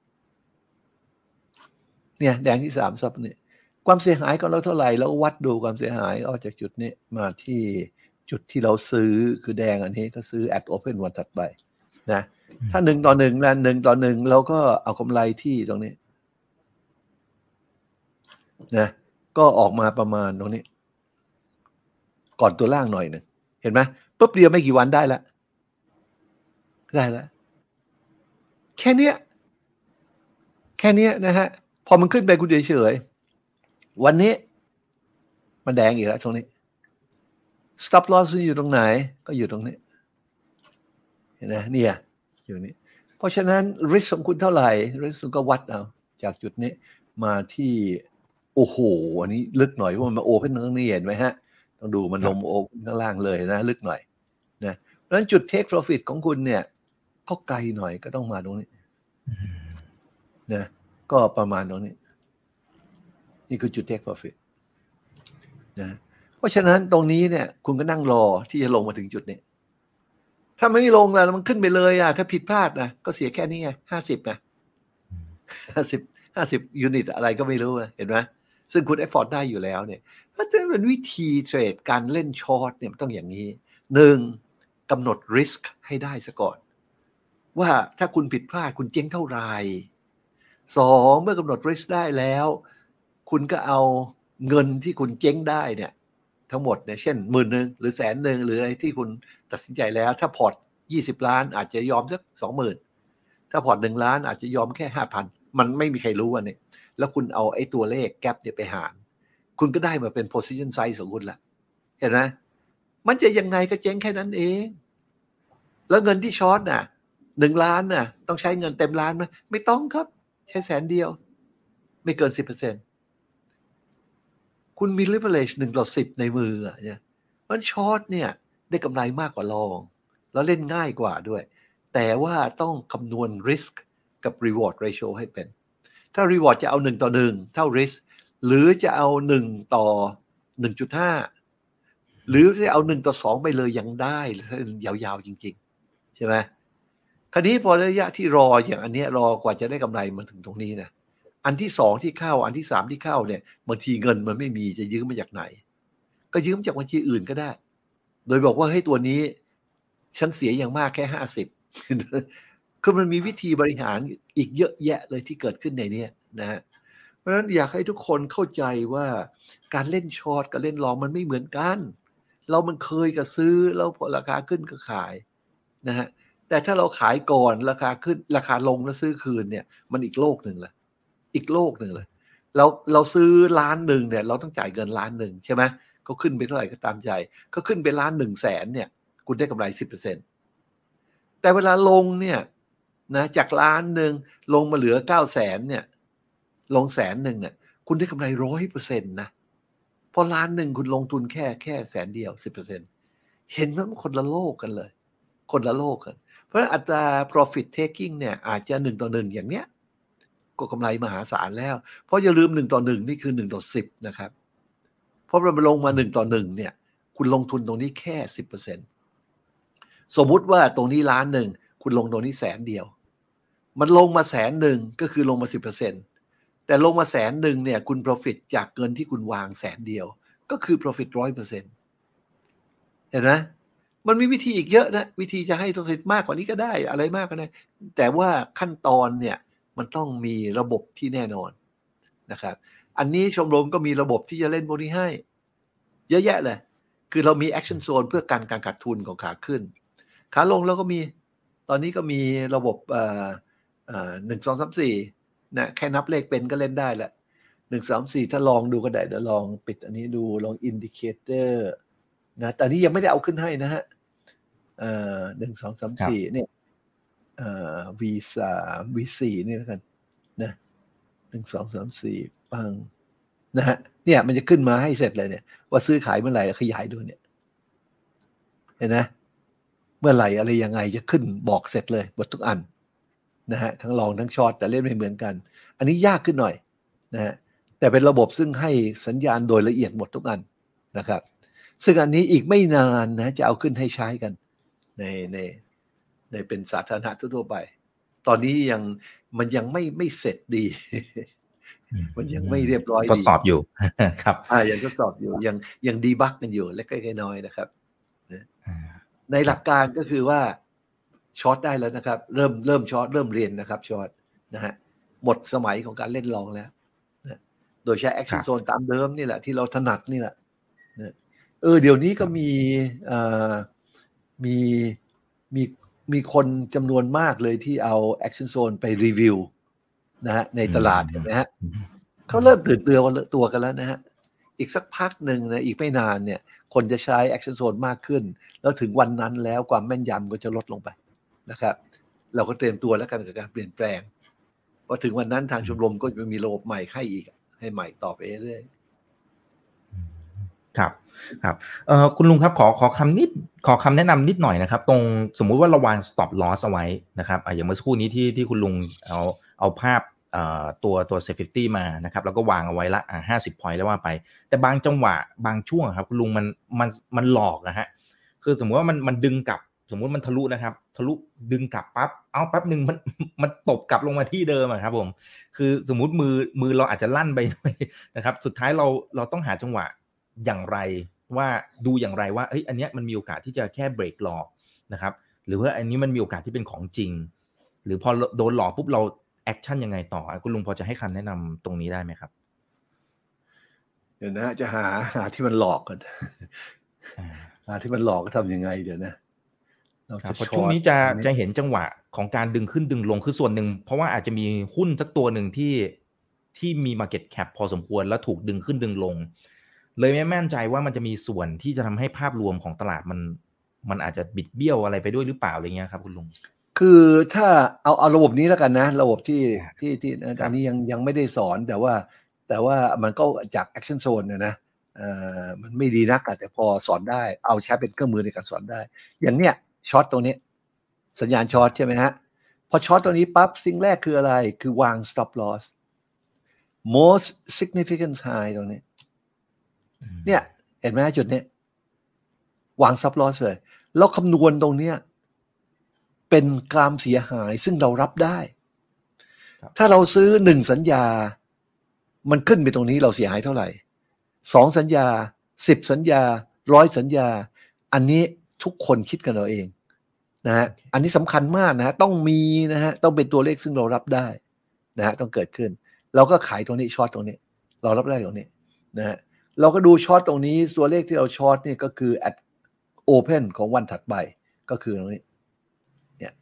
Speaker 3: เนี่ยแดงที่สามซับนี่ความเสียหายของเราเท่าไหร่เราวัดดูความเสียหายออกจากจุดนี้มาที่จุดที่เราซื้อคือแดงอันนี้ก็ซื้อ at open วันถัดไปนะถ้าหนึ่งต่อหนึ่งแล้วหนึ่งต่อหนึ่งเราก็เอากำไรที่ตรงนี้นะก็ออกมาประมาณตรงนี้ก่อนตัวล่างหน่อยหนึ่งเห็นไหมปุ๊บเดียวไม่กี่วันได้ละได้ละแค่เนี้ยแค่เนี้ยนะฮะพอมันขึ้นไปคุณเฉยๆวันนี้มันแดงอีกแล้วตรงนี้ stop loss อยู่ตรงไหนก็อยู่ตรงนี้เห็นไหมเนี่ยอยู่นี้เพราะฉะนั้น risk ของคุณเท่าไหร่ risk คุณก็วัดเอาจากจุดนี้มาที่โอ้โหอันนี้ลึกหน่อยเพราะมันมาโอเพ่นข้างนี้เห็นไหมฮะต้องดูมันลงโอข้างล่างเลยนะลึกหน่อยนะเพราะฉะนั้นจุด take profit ของคุณเนี่ยก็ไกลหน่อยก็ต้องมาตรงนี้นะก็ประมาณตรงนี้นี่คือจุด take profit นะเพราะฉะนั้นตรงนี้เนี่ยคุณก็นั่งรอที่จะลงมาถึงจุดนี้ถ้าไม่ลงแล้วมันขึ้นไปเลยอ่ะถ้าผิดพลาดนะก็เสียแค่นี้ไงห้าสิบนะห้าสิบห้าสิบยูนิตอะไรก็ไม่รู้เห็นไหมซึ่งคุณเอฟฟอร์ตได้อยู่แล้วเนี่ยถ้าจะเป็นวิธีเทรดการเล่นช็อตเนี่ยมันต้องอย่างนี้หนึ่งกำหนด risk ให้ได้ซะก่อนว่าถ้าคุณผิดพลาดคุณเจ๊งเท่าไหร่สองเมื่อกำหนด risk ได้แล้วคุณก็เอาเงินที่คุณเจ๊งได้เนี่ยทั้งหมดเนี่ยเช่นหมื่นหนึ่งหรือแสนหนึ่งหรืออะไรที่คุณตัดสินใจแล้วถ้าพอร์ตยี่สิบล้านอาจจะยอมสักสองหมื่นถ้าพอร์ตหนึ่งล้านอาจจะยอมแค่ห้าพันมันไม่มีใครรู้อันนี้แล้วคุณเอาไอ้ตัวเลขแกปเนี่ยไปหารคุณก็ได้มาเป็น position size ของคุณละเห็นไหมมันจะยังไงก็เจ๊งแค่นั้นเองแล้วเงินที่ช็อตน่ะหนึ่งล้านน่ะต้องใช้เงินเต็มล้านไหมไม่ต้องครับใช้แสนเดียวไม่เกิน สิบเปอร์เซ็นต์ คุณมี leverage หนึ่งต่อสิบในมืออ่ะเนี่ยมันช็อตเนี่ยได้กำไรมากกว่าลองแล้วเล่นง่ายกว่าด้วยแต่ว่าต้องคำนวณ risk กับ reward ratio ให้เป็นถ้า reward จะเอาหนึ่งต่อหนึ่งเท่า risk หรือจะเอาหนึ่งต่อ หนึ่งจุดห้า หรือจะเอาหนึ่งต่อสองไปเลยยังได้ยาวๆจริงๆใช่ไหมคราวนี้พอระยะที่รออย่างอันนี้รอกว่าจะได้กำไรมันถึงตรงนี้นะอันที่สองที่เข้าอันที่สามที่เข้าเนี่ยบางทีเงินมันไม่มีจะยืมมาจากไหนก็ยืมจากบัญชีอื่นก็ได้โดยบอกว่าให้ตัวนี้ฉันเสียอย่างมากแค่ห้าสิบคือมันมีวิธีบริหารอีกเยอะแยะเลยที่เกิดขึ้นในนี้นะฮะเพราะฉะนั้นอยากให้ทุกคนเข้าใจว่าการเล่นช็อตกับเล่นลองมันไม่เหมือนกันเรามันเคยกับซื้อแล้วพอราคาขึ้นก็ขายนะฮะแต่ถ้าเราขายก่อนราคาขึ้นราคาลงแล้วซื้อคืนเนี่ยมันอีกโลกหนึ่งละอีกโลกหนึ่งเลยเราเราซื้อล้านหนึ่งเนี่ยเราต้องจ่ายเงินล้านหนึ่งใช่ไหมก็ขึ้นไปเท่าไหร่ก็ตามใจก็ขึ้นไปล้านหนึ่งแสนเนี่ยคุณได้กำไร สิบเปอร์เซ็นต์ แต่เวลาลงเนี่ยนะจากล้านหนึ่งลงมาเหลือเก้าแสนเนี่ยลงแสนหนึ่งเนี่ยคุณได้กำไรร้อยเปอร์เซ็นต์นะพอล้านหนึ่งคุณลงทุนแค่แค่แสนเดียว สิบเปอร์เซ็นต์ เห็นว่ามันคนละโลกกันเลยคนละโลกกันเพราะฉะนั้นอัตรา profit taking เนี่ยอาจจะหนึ่งต่อหนึ่งอย่างเนี้ยก็กำไรมหาศาลแล้วเพราะอย่าลืมหนึ่งต่อหนึ่งนี่คือหนึ่งต่อสิบนะครับเพราะเราลงมาหนึ่งต่อหนึ่งเนี่ยคุณลงทุนตรงนี้แค่ สิบเปอร์เซ็นต์ สมมุติว่าตรงนี้ล้านหนึ่งคุณลงตรงนี้แสนเดียวมันลงมาแสนหนึ่งก็คือลงมา สิบเปอร์เซ็นต์ แต่ลงมาแสนหนึ่งเนี่ยคุณ profit จากเงินที่คุณวางแสนเดียวก็คือ profit ร้อยเปอร์เซ็นต์ เห็นไหมมันมีวิธีอีกเยอะนะวิธีจะให้ profit มากกว่านี้ก็ได้อะไรมากก็ได้แต่ว่าขั้นตอนเนี่ยมันต้องมีระบบที่แน่นอนนะครับอันนี้ชมรมก็มีระบบที่จะเล่นพวกนี้ให้เยอะแยะเลยคือเรามี action zone เพื่อการการขาดทุนของขาขึ้นขาลงเราก็มีตอนนี้ก็มีระบบเอ่อเอ่อหนึ่งสองสามสี่นะแค่นับเลขเป็นก็เล่นได้แหละหนึ่งสามสี่ถ้าลองดูก็ได้เดี๋ยวลองปิดอันนี้ดูลอง indicator นะแต่นี้ยังไม่ได้เอาขึ้นให้นะฮะเอ่อหนึ่งสองสามสี่เนี่ยเอ่อ วี สาม วี สี่นี่แล้วกันนะหนึ่งสองสามสี่ปังนะฮะเนี่ยมันจะขึ้นมาให้เสร็จเลยเนี่ยว่าซื้อขายเมื่อไหร่ขยายดูเนี่ยเห็นไหมเมื่อไหร่อะไรยังไงจะขึ้นบอกเสร็จเลยหมดทุกอันนะฮะทั้งลองทั้งช็อตแต่เล่นไม่เหมือนกันอันนี้ยากขึ้นหน่อยนะฮะแต่เป็นระบบซึ่งให้สัญญาณโดยละเอียดหมดทุกอันนะครับซึ่งอันนี้อีกไม่นานนะจะเอาขึ้นให้ใช้กันในในในเป็นสาธารณะทั่วไปตอนนี้ยังมันยังไม่ไม่เสร็จดี มันยังไม่เรียบร้อยดี
Speaker 2: ทดสอบอยู่ ครับ
Speaker 3: อ่ายังทดสอบอยู่ยังยังดีบักกันอยู่เล็กๆน้อยๆนะครับในหลักการก็คือว่าช็อตได้แล้วนะครับเริ่มเริ่มช็อตเริ่มเรียนนะครับช็อตนะฮะหมดสมัยของการเล่นลองแล้วนะโดยใช้แอคชั่นโซนตามเดิมนี่แหละที่เราถนัดนี่แหละนะเออเดี๋ยวนี้ก็มีเอ่อมีมีมีคนจำนวนมากเลยที่เอา Action Zone ไปรีวิวนะฮะในตลาดเห็นไหมฮะเขาเริ่มตื่นเตือนตัวกันแล้วนะฮะอีกสักพักหนึ่งนะอีกไม่นานเนี่ยคนจะใช้ Action Zone มากขึ้นแล้วถึงวันนั้นแล้วความแม่นยำก็จะลดลงไปนะครับเราก็เตรียมตัวแล้วกันกับการเปลี่ยนแปลงพอถึงวันนั้นทางชมรมก็จะมีระบบใหม่ให้อีกให้ใหม่ต่อไปเรื่อย
Speaker 2: ครับครับเอ่อคุณลุงครับขอขอคำนิดขอคำแนะนำนิดหน่อยนะครับตรงสมมุติว่าเราวาง stop loss เอาไว้นะครับอ่ะอย่างเมื่อสักครู่นี้ที่ที่คุณลุงเอาเอาภาพเอ่อตัวตัว safety มานะครับแล้วก็วางเอาไว้ละอ่ะห้าสิบ point แล้วว่าไปแต่บางจังหวะบางช่วงครับคุณลุงมันมันมันหลอกนะฮะคือสมมุติว่ามันมันดึงกลับสมมุติมันทะลุนะครับทะลุดึงกลับปั๊บเอาแป๊บนึงมันมันตบกลับลงมาที่เดิมอะครับผมคือสมมุติมือมือเราอาจจะลั่นไปนะครับสุดท้ายเราเราต้องหาจังหวะอย่างไรว่าดูอย่างไรว่าเอ้ยอันเนี้ยมันมีโอกาสที่จะแค่เบรกหลอกนะครับหรือว่าอันนี้มันมีโอกาสที่เป็นของจริงหรือพอโดนหลอกปุ๊บเราแอคชั่นยังไงต่อคุณลุงพอจะให้คำแนะนำตรงนี้ได้ไหมครับ
Speaker 3: เดี๋ยวนะจะหาหาที่มันหลอกกันหาที่มันหลอกก็ทำยังไ ไงเดี๋ยวนะเราจะ
Speaker 2: ช่วงนี้จะจะเห็นจังหวะของการดึงขึ้นดึงลงคือส่วนหนึ่งเพราะว่าอาจจะมีหุ้นสักตัวหนึ่งที่ที่มี market cap พอสมควรแล้วถูกดึงขึ้นดึงลงเลยไม่แม่นใจว่ามันจะมีส่วนที่จะทำให้ภาพรวมของตลาดมันมันอาจจะบิดเบี้ยวอะไรไปด้วยหรือเปล่าอะไรเงี้ยครับคุณลุง
Speaker 3: คือถ้าเอาเอาระบบนี้แล้วกันนะระบบที่ที่ที่อันนี้ยังยังไม่ได้สอนแต่ว่าแต่ว่ามันก็จาก Action Zone เนี่ยนะเอ่อมันไม่ดีนักแต่พอสอนได้เอาใช้เป็นเครื่องมือในการสอนได้อย่างเนี้ยช็อตตรงนี้สัญญาณช็อตใช่ไหมฮะพอช็อตตรงนี้ปั๊บสิ่งแรกคืออะไรคือวาง stop loss most significant high ตรงนี้เนี่ยเห็นไหมจุดนี้วาง stop loss เลยแล้วคำนวณตรงเนี้ยเป็นความเสียหายซึ่งเรารับได้ถ้าเราซื้อหนึ่งสัญญามันขึ้นไปตรงนี้เราเสียหายเท่าไหร่สองสัญญาสิบสัญญาร้อยสัญญาอันนี้ทุกคนคิดกันเราเองนะฮะอันนี้สำคัญมากนะฮะต้องมีนะฮะต้องเป็นตัวเลขซึ่งเรารับได้นะฮะต้องเกิดขึ้นเราก็ขายตรงนี้ช็อตตรงนี้เรารับได้ตรงนี้นะฮะเราก็ดูช็อตตรงนี้ตัวเลขที่เราช็อตนี่ก็คือ at open ของวันถัดไปก็คือตรงนี้เนี่ย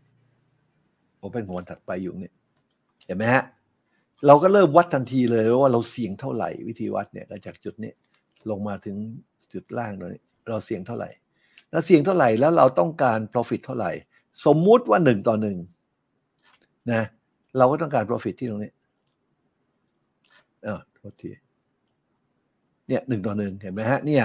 Speaker 3: open ของวันถัดไปอยู่นี่เห็นไหมฮะเราก็เริ่มวัดทันทีเลยว่าเราเสี่ยงเท่าไหร่วิธีวัดเนี่ยจากจุดนี้ลงมาถึงจุดล่างตรงนี้เราเสี่ยงเท่าไหร่แล้วเสี่ยงเท่าไหร่แล้วเราต้องการ profit เท่าไหร่สมมุติว่าหนึ่งต่อหนึ่งนะเราก็ต้องการ profit ที่ตรงนี้เออโทษทีเนี่ยหนึ่งต่อหนึ่งเห็นไหมฮะเนี่ย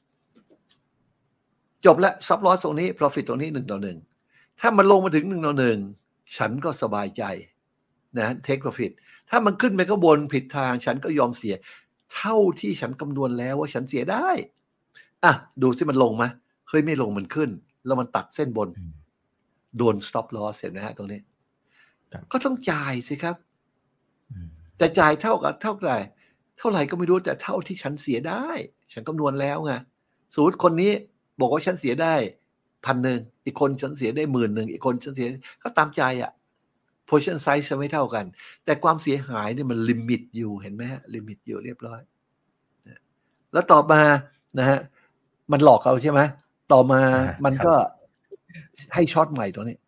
Speaker 3: จบแล้ว stop loss ตรงนี้ profit ตรงนี้หนึ่งต่อหนึ่งถ้ามันลงมาถึงหนึ่งต่อหนึ่งฉันก็สบายใจนะ take profit ถ้ามันขึ้นไปข้างบนผิดทางฉันก็ยอมเสียเท่าที่ฉันคำนวณแล้วว่าฉันเสียได้อ่ะดูสิมันลงไหมเฮ้ยไม่ลงมันขึ้นแล้วมันตัดเส้นบนโดน stop loss เห็นไหมฮะตรงนี้ก็ต้องจ่ายสิครับแต่จ่ายเท่ากับเท่าไหร่เท่าไหร่ก็ไม่รู้แต่เท่าที่ฉันเสียได้ฉันคำนวณแล้วไงสมมติคนนี้บอกว่าฉันเสียได้พันหนึ่งอีกคนฉันเสียได้หมื่นหนึ่งอีกคนฉันเสียก็ตามใจอ่ะposition size จะไม่เท่ากันแต่ความเสียหายเนี่ยมันลิมิตอยู่เห็นไหมฮะลิมิตอยู่เรียบร้อยแล้วต่อมานะฮะมันหลอกเขาใช่ไหมต่อมามันก็ให้ช็อตใหม่ตรงนี้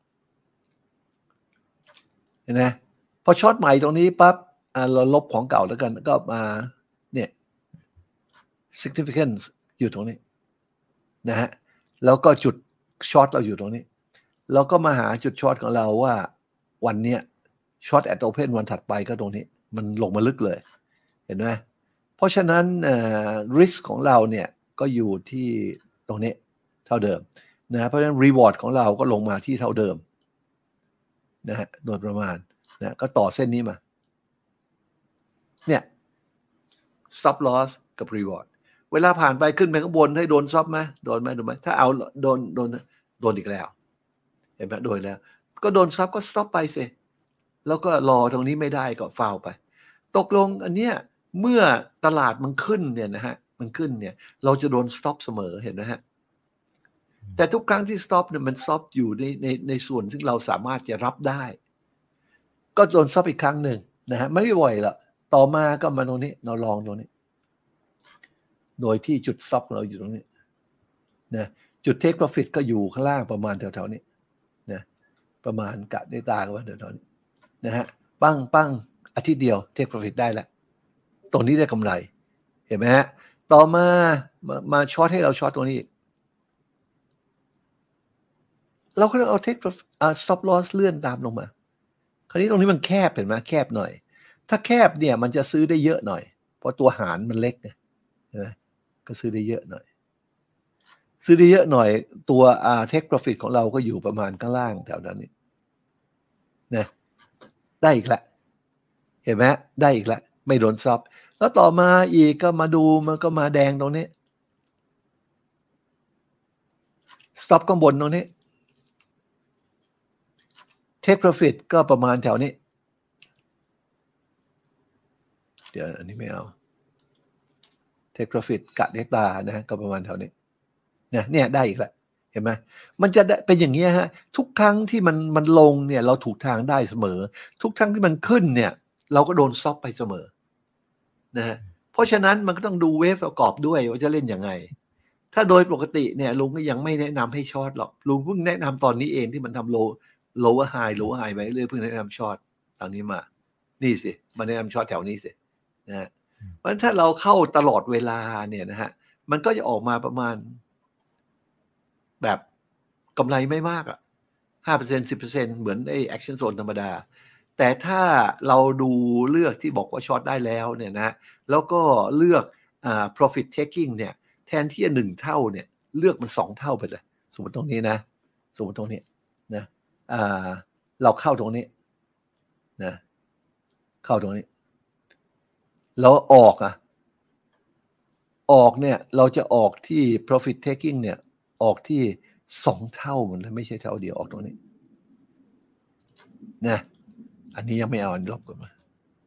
Speaker 3: เห็นไหมพอช็อตใหม่ตรงนี้ปั๊บเราลบของเก่าแล้วกันก็มาเนี่ย significance อยู่ตรงนี้นะฮะแล้วก็จุดช็อตเราอยู่ตรงนี้เราก็มาหาจุดช็อตของเราว่าวันเนี้ยช็อต at open วันถัดไปก็ตรงนี้มันลงมาลึกเลยเห็นไหมเพราะฉะนั้น risk ของเราเนี่ยก็อยู่ที่ตรงนี้เท่าเดิมนะเพราะฉะนั้น reward ของเราก็ลงมาที่เท่าเดิมนะฮะโดยประมาณนะก็ต่อเส้นนี้มาเนี่ย stop loss กับ reward เวลาผ่านไปขึ้นไปข้างบนให้โดน stop ไหมโดนไหมโดนไหมถ้าเอาโดนโดนโดนอีกแล้วเห็นไหมโดนแล้วก็โดน stop ก็ stop ไปสิแล้วก็รอตรงนี้ไม่ได้ก็ฟาวไปตกลงอันเนี้ยเมื่อตลาดมันขึ้นเนี่ยนะฮะมันขึ้นเนี่ยเราจะโดน stop เสมอเห็นไหมฮะแต่ทุกครั้งที่ stop เนี่ยมัน stop อยู่ในในในส่วนที่เราสามารถจะรับได้ก็โดน stop อีกครั้งหนึ่งนะฮะไม่บ่อยละต่อมาก็มาตรงนี้เราลองตรงนี้โดยที่จุด stop ของเราอยู่ตรงนี้นะจุด take profit ก็อยู่ข้างล่างประมาณแถวๆนี้ประมาณกะได้ตากันว่าเดี๋ยวตอนนะฮะปั้งปั้งอาทิตย์เดียวเทคโปรฟิตได้แล้วตรงนี้ได้กำไรเห็นไหมฮะต่อมามามาช็อตให้เราช็อตตรงนี้เราก็เอาเทคอ่า stop loss เลื่อนตามลงมาคราวนี้ตรงนี้มันแคบเห็นไหมแคบหน่อยถ้าแคบเนี่ยมันจะซื้อได้เยอะหน่อยเพราะตัวหารมันเล็กนะใช่ไหมก็ซื้อได้เยอะหน่อยซื้อได้เยอะหน่อยตัวอ่า take profit ของเราก็อยู่ประมาณข้างล่างแถวนั้นนี่นะได้อีกละเห็นไหมได้อีกละไม่โดนซับแล้วต่อมาอีกก็มาดูมันก็มาแดงตรงนี้ stop ข้างบนตรงนี้ take profit ก็ประมาณแถวนี้เดี๋ยวอันนี้ไม่เอา take profit กะเดต้านะก็ประมาณแถวนี้เนี่ยเนี่ยได้อีกแล้วเห็นไหมมันจะเป็นอย่างนี้ฮะทุกครั้งที่มันมันลงเนี่ยเราถูกทางได้เสมอทุกครั้งที่มันขึ้นเนี่ยเราก็โดนซอฟไปเสมอนะฮะเพราะฉะนั้นมันก็ต้องดูเวฟประกอบด้วยว่าจะเล่นยังไงถ้าโดยปกติเนี่ยลุงก็ยังไม่แนะนำให้ช็อตหรอกลุงเพิ่งแนะนำตอนนี้เองที่มันทำโล lower high lower high ไปเรื่อยเพิ่งแนะนำช็อตตอนนี้มานี่สิมาแนะนำช็อตแถวนี้สินะฮะเพราะฉะนั้นถ้าเราเข้าตลอดเวลาเนี่ยนะฮะมันก็จะออกมาประมาณแบบกำไรไม่มากอ่ะ ห้าเปอร์เซ็นต์ สิบเปอร์เซ็นต์ เหมือนไอ้ action zone ธรรมดาแต่ถ้าเราดูเลือกที่บอกว่าช็อตได้แล้วเนี่ยนะแล้วก็เลือกอ่า profit taking เนี่ยแทนที่จะหนึ่งเท่าเนี่ยเลือกมันสองเท่าไปเลยสมมติตรงนี้นะสมมติตรงนี้นะอ่าเราเข้าตรงนี้นะเข้าตรงนี้แล้วออกอ่ะออกเนี่ยเราจะออกที่ profit taking เนี่ยออกที่สองเท่ามันไม่ใช่เท่าเดียวออกตรงนี้นะอันนี้ยังไม่เอาอันลบก่อนมา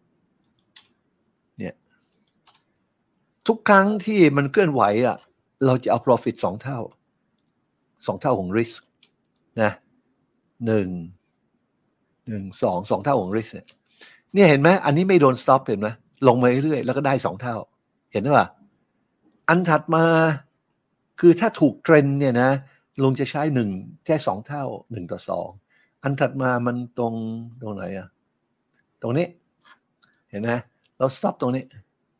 Speaker 3: เนี่ยทุกครั้งที่มันเคลื่อนไหวอ่ะเราจะเอา profit สองเท่าสองเท่าของ risk นะหนึ่งหนึ่งสองสองเท่าของ risk เนี่ยเนี่ยเห็นไหมอันนี้ไม่โดน stop เห็นไหมลงมาเรื่อยๆแล้วก็ได้สองเท่าเห็นไหมว่าอันถัดมาคือถ้าถูกเทรนด์เนี่ยนะลุงจะใช้หนึ่งแค่สองเท่าหนึ่งต่อสองอันถัดมามันตรงตรงไหนอ่ะตรงนี้เห็นไหมเรา stop ตรงนี้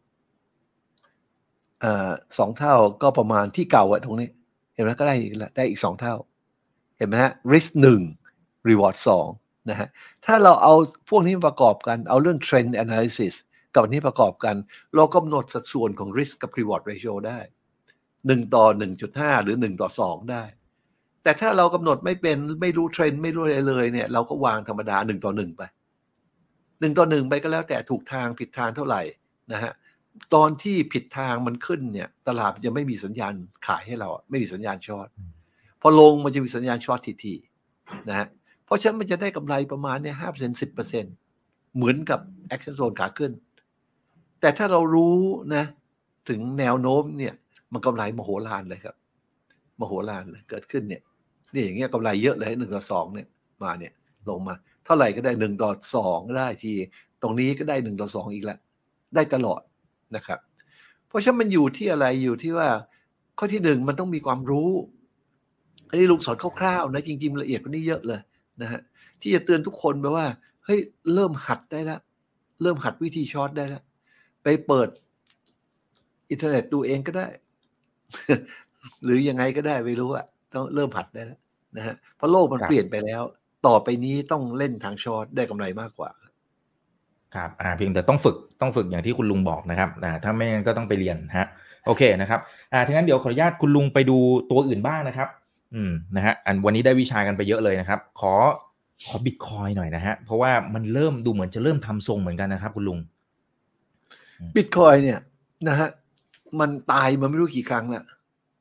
Speaker 3: อ่าสองเท่าก็ประมาณที่เก่าอะตรงนี้เห็นไหมก็ได้อีกแล้วได้อีกสองเท่าเห็นไหมฮะ risk หนึ่ง reward สองนะฮะถ้าเราเอาพวกนี้ประกอบกันเอาเรื่อง trend analysis กับอันนี้ประกอบกันเรากำหนดสัดส่วนของ risk กับ reward ratio ได้หนึ่งต่อ หนึ่งจุดห้า หรือหนึ่งต่อสองได้แต่ถ้าเรากำหนดไม่เป็นไม่รู้เทรนด์ไม่รู้อะไรเลยเนี่ยเราก็วางธรรมดาหนึ่งต่อหนึ่งไปหนึ่งต่อหนึ่งไปก็แล้วแต่ถูกทางผิดทางเท่าไหร่นะฮะตอนที่ผิดทางมันขึ้นเนี่ยตลาดยังไม่มีสัญญาณขายให้เราไม่มีสัญญาณช็อตพอลงมันจะมีสัญญาณช็อตทีๆนะฮะเพราะฉะนั้นมันจะได้กำไรประมาณเนี่ยห้าเปอร์เซ็นต์สิบเปอร์เซ็นต์เหมือนกับ action zone ขาขึ้นแต่ถ้าเรารู้นะถึงแนวโน้มเนี่ยมันกำไรมโหฬารเลยครับมโหฬารเลยเกิดขึ้นเนี่ยนี่อย่างเงี้ยกำไรเยอะเลยหนึ่งต่อสองเนี่ยมาเนี่ยลงมาเท่าไหร่ก็ได้หนึ่งต่อสองได้ทีตรงนี้ก็ได้หนึ่งต่อสองอีกแล้วได้ตลอดนะครับเพราะฉะนั้นมันอยู่ที่อะไรอยู่ที่ว่าข้อที่หนึ่งมันต้องมีความรู้อันนี้ลุงสอนคร่าวๆนะจริงๆละเอียดกว่านี้เยอะเลยนะฮะที่จะเตือนทุกคนไปว่าเฮ้ยเริ่มหัดได้แล้วเริ่มหัดวิธีช็อตได้แล้วไปเปิดอินเทอร์เน็ตดูเองก็ได้ หรือยังไงก็ได้ไม่รู้อะต้องเริ่มหัดได้แล้วนะฮะเพราะโลกมันเปลี่ยนไปแล้วต่อไปนี้ต้องเล่นทางช็อตได้กำไรมากกว่า
Speaker 2: ครับอ่าเพียงแต่ต้องฝึกต้องฝึกอย่างที่คุณลุงบอกนะครับอ่าถ้าไม่งั้นก็ต้องไปเรียนฮะโอเคนะครับอ่าทั้งนั้นเดี๋ยวขออนุญาตคุณลุงไปดูตัวอื่นบ้างนะครับอืมนะฮะอันวันนี้ได้วิชากันไปเยอะเลยนะครับขอขอบิตคอยหน่อยนะฮะเพราะว่ามันเริ่มดูเหมือนจะเริ่มทำทรงเหมือนกันนะครับคุณลุง
Speaker 3: บิตคอยเนี่ยนะฮะมันตายมาไม่รู้กี่ครั้งแล้ว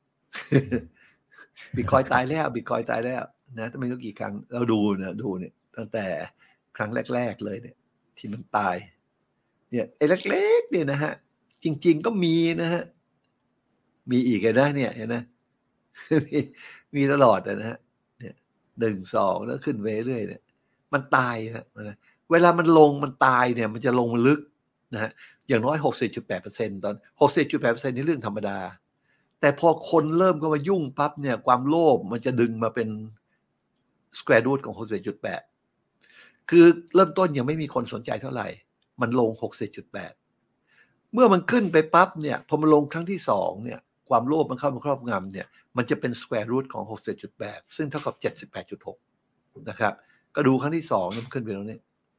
Speaker 3: บิตคอยตายแล้วบิตคอยตายแล้วนะไม่รู้กี่ครั้งเราดูนะดูเนี่ยตั้งแต่ครั้งแรกๆเลยเนี่ยที่มันตายเนี่ยไอ้เล็กๆเนี่ยนะฮะจริงๆก็มีนะฮะมีอีกนะเนี่ยเห็นไหมมีมีตลอดนะฮะเนี่ยหนึ่งสองแล้วขึ้นไปเรื่อยเนี่ยมันตายนะเวลามันลงมันตายเนี่ยมันจะลงลึกนะฮะอย่างน้อย หกสิบจุดแปดเปอร์เซ็นต์ ตอน หกสิบจุดแปดเปอร์เซ็นต์ นี่เรื่องธรรมดาแต่พอคนเริ่มก็มายุ่งปั๊บเนี่ยความโลภมันจะดึงมาเป็น square root ของ หกสิบเอ็ดจุดแปด คือเริ่มต้นยังไม่มีคนสนใจเท่าไหร่มันลง หกสิบเอ็ดจุดแปด เมื่อมันขึ้นไปปั๊บเนี่ยพอมันลงครั้งที่สองเนี่ยความโลภมันเข้ามาครอบงำเนี่ยมันจะเป็น square root ของ หกสิบเอ็ดจุดแปด ซึ่งเท่ากับ เจ็ดสิบแปดจุดหก นะครับก็ดูครั้งที่สองมันขึ้นไปตรงนี้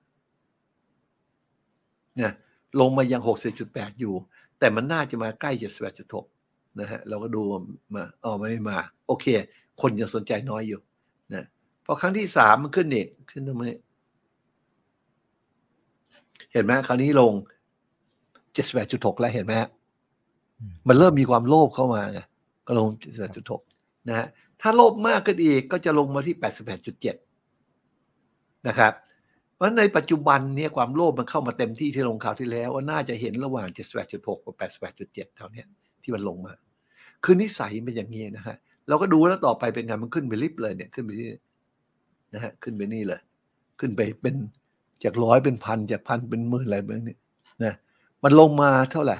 Speaker 3: เนี่ยลงมายัง หกสิบเอ็ดจุดแปด อยู่แต่มันน่าจะมาใกล้ เจ็ดสิบแปดจุดหก นะฮะเราก็ดูมาอ๋อไม่มาโอเคคนยังสนใจน้อยอยู่นะพอครั้งที่สามมันขึ้นอีกขึ้นตรงนี้เห็นไหมคราวนี้ลง เจ็ดสิบแปดจุดหก แล้วเห็นไหมมันเริ่มมีความโลภเข้ามาไงก็ลง เจ็ดสิบแปดจุดหก นะฮะถ้าโลภมากขึ้นอีกก็จะลงมาที่ แปดสิบแปดจุดเจ็ด นะครับเพราะในปัจจุบันเนี่ยความโลภมันเข้ามาเต็มที่ที่ลงคราวที่แล้วว่าน่าจะเห็นระหว่าง เจ็ดสิบแปดจุดหก กับ แปดสิบแปดจุดเจ็ด เท่านี้ที่มันลงมาคือนิสัยเป็นอย่างนี้นะฮะเราก็ดูแล้วต่อไปเป็นไงมันขึ้นไปลิฟต์เลยเนี่ยขึ้นไปนี่นะฮะขึ้นไปนี่เลยขึ้นไปเป็นจากร้อยเป็นพันจากพันเป็นหมื่นอะไรแบบนี้นะมันลงมาเท่าไหร่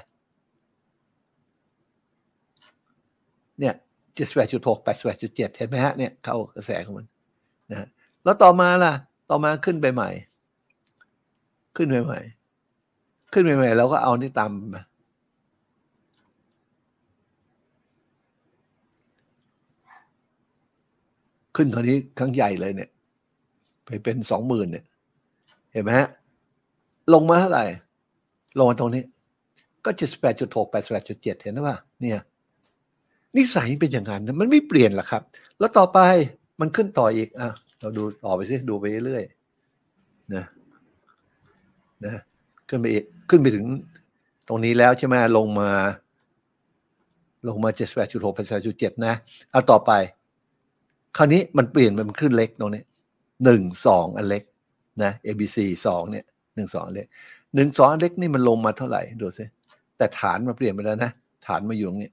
Speaker 3: เนี่ย เจ็ดสิบแปดจุดหก แปดสิบแปดจุดเจ็ด เห็นไหมฮะเนี่ยเข้ากระแสของมันนะฮะแล้วต่อมาล่ะต่อมาขึ้นไปใหม่ขึ้นไปใหม่ขึ้นไปใหม่เราก็เอานี่ตามมาขึ้นคราวนี้ครั้งใหญ่เลยเนี่ยไปเป็นสองหมื่นเนี่ยเห็นไหมฮะลงมาเท่าไหร่ลงมาตรงนี้ก็ เจ็ดสิบแปดจุดหก แปดสิบแปดจุดเจ็ด เห็นไหมว่าเนี่ยนิสัยเป็นอย่างนั้นมันไม่เปลี่ยนหรอกครับแล้วต่อไปมันขึ้นต่ออีกอ่ะเราดูต่อไปสิดูไปเรื่อยๆนะนะขึ้นไปอีกขึ้นไปถึงตรงนี้แล้วใช่ไหมลงมาลงมา เจ็ดสิบแปดจุดหก แปดสิบแปดจุดเจ็ด นะเอาต่อไปคราวนี้มันเปลี่ยนมันขึ้นเล็กตรงนี้หนึ่ง สองอันเล็กนะ เอ บี ซี สองเนี่ยหนึ่ง สองอันเล็กหนึ่ง สองอันเล็กนี่มันลงมาเท่าไหร่ดูสิแต่ฐานมันเปลี่ยนไปแล้วนะฐานมาอยู่ตรงนี้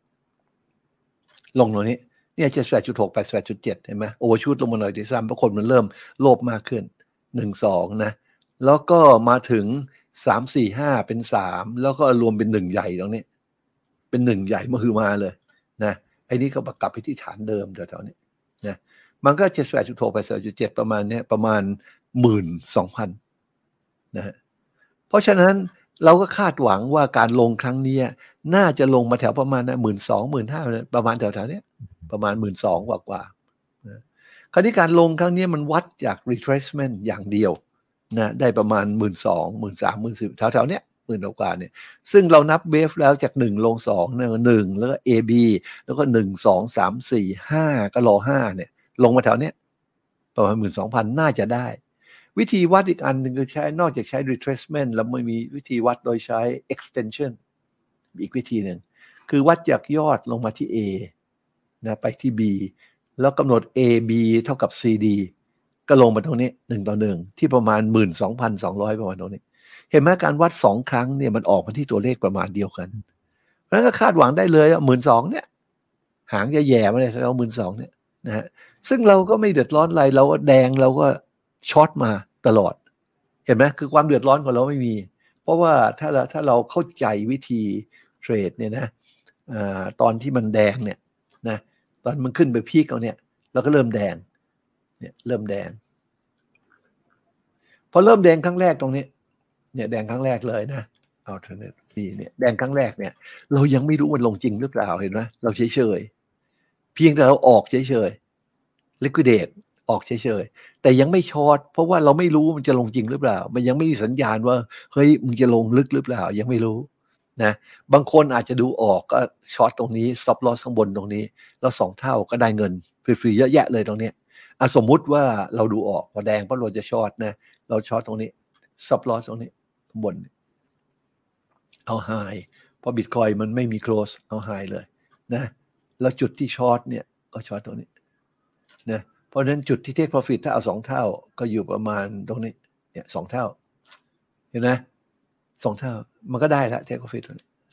Speaker 3: ลงตรงนี้เนี่ย เจ็ดสิบแปดจุดหก แปดสิบแปดจุดเจ็ด เห็นไหมโอเวอร์ชูตลงมาหน่อยดีซ้ำเพราะคนมันเริ่มโลภมากขึ้นหนึ่ง สองนะแล้วก็มาถึงสาม สี่ ห้าเป็นสามแล้วก็รวมเป็นหนึ่งใหญ่ตรงนี้เป็นหนึ่งใหญ่มาคือมาเลยนะไอ้นี่ก็กลับไปที่ฐานเดิมแถวๆนี้นะมันก็ เจ็ดสิบแปดจุดหก แปดสิบแปดจุดเจ็ด ประมาณเนี้ยประมาณ หนึ่งหมื่นสองพัน นะฮะเพราะฉะนั้นเราก็คาดหวังว่าการลงครั้งนี้น่าจะลงมาแถวประมาณนะ หนึ่งหมื่นสองพัน หนึ่งหมื่นห้าพัน ประมาณแถวๆนี้ประมาณ หนึ่งหมื่นสองพัน กว่าๆนะคราวนี้การลงครั้งนี้มันวัดจาก retracement อย่างเดียวนะได้ประมาณ หนึ่งหมื่นสองพัน หนึ่งหมื่นสามพัน หนึ่งหมื่นสี่พัน แถวๆเนี้ยหมื่นกว่าเนี่ยซึ่งเรานับเวฟแล้วจากหนึ่งลงสองเนี่ยหนึ่งแล้วก็ เอ บี แล้วก็หนึ่ง สอง สาม สี่ ห้าก็รอห้าเนี่ยลงมาแถวเนี้ยประมาณ หนึ่งหมื่นสองพัน น่าจะได้วิธีวัดอีกอันหนึ่งคือใช้นอกจากใช้ retracement แล้วมันมีวิธีวัดโดยใช้ extension อีกวิธีหนึ่งคือวัดจากยอดลงมาที่ A นะไปที่ B แล้วกำหนด A B เท่ากับ ซี ดี ก็ลงมาตรงนี้หนึ่งต่อหนึ่งที่ประมาณ หนึ่งหมื่นสองพันสองร้อย ประมาณตรงนี้เห็นไหมการวัดสองครั้งเนี่ยมันออกมาที่ตัวเลขประมาณเดียวกันเพราะฉะนั้นก็คาดหวังได้เลยอ่ะ หนึ่งหมื่นสองพัน เนี่ยหางจะแย่มาเลยเรา หนึ่งหมื่นสองพัน เนี่ยนะฮะซึ่งเราก็ไม่เดือดร้อนอะไรเราก็แดงเราก็ช็อตมาตลอดเห็นไหมคือความเดือดร้อนของเราไม่มีเพราะว่าถ้าเราถ้าเราเข้าใจวิธีเทรดเนี่ยนะอ่าตอนที่มันแดงเนี่ยนะตอนมันขึ้นไปพีคเอาเนี่ยเราก็เริ่มแดงเนี่ยเริ่มแดงพอเริ่มแดงครั้งแรกตรงนี้เนี่ยแดงครั้งแรกเลยนะเอาเถอะเนี่ยเนี่ยแดงครั้งแรกเนี่ยเรายังไม่รู้มันลงจริงหรือเปล่าเห็นไหมเราเฉยเฉยเพียงแต่เราออกเฉยเฉย liquidate ออกเฉยๆแต่ยังไม่ช็อตเพราะว่าเราไม่รู้มันจะลงจริงหรือเปล่ามันยังไม่มีสัญญาณว่าเฮ้ยมึงจะลงลึกหรือเปล่ายังไม่รู้นะบางคนอาจจะดูออกก็ช็อตตรงนี้ stop loss ข้างบนตรงนี้แล้วสองเท่าก็ได้เงินฟรีๆเยอะแยะเลยตรงนี้อ่ะสมมุติว่าเราดูออกพอแดงเพราะเราจะช็อตนะเราช็อตตรงนี้ stop loss ตรงนี้ข้างบนเอา high พอ Bitcoin มันไม่มี close เอา high เลยนะแล้วจุดที่ช็อตเนี่ยก็ช็อตตรงนี้นะเพราะฉะนั้นจุดที่ take profit ถ้าเอาสองเท่าก็อยู่ประมาณตรงนี้เนี่ยสองเท่าเห็นไหมสองเท่ามันก็ได้ละ take profit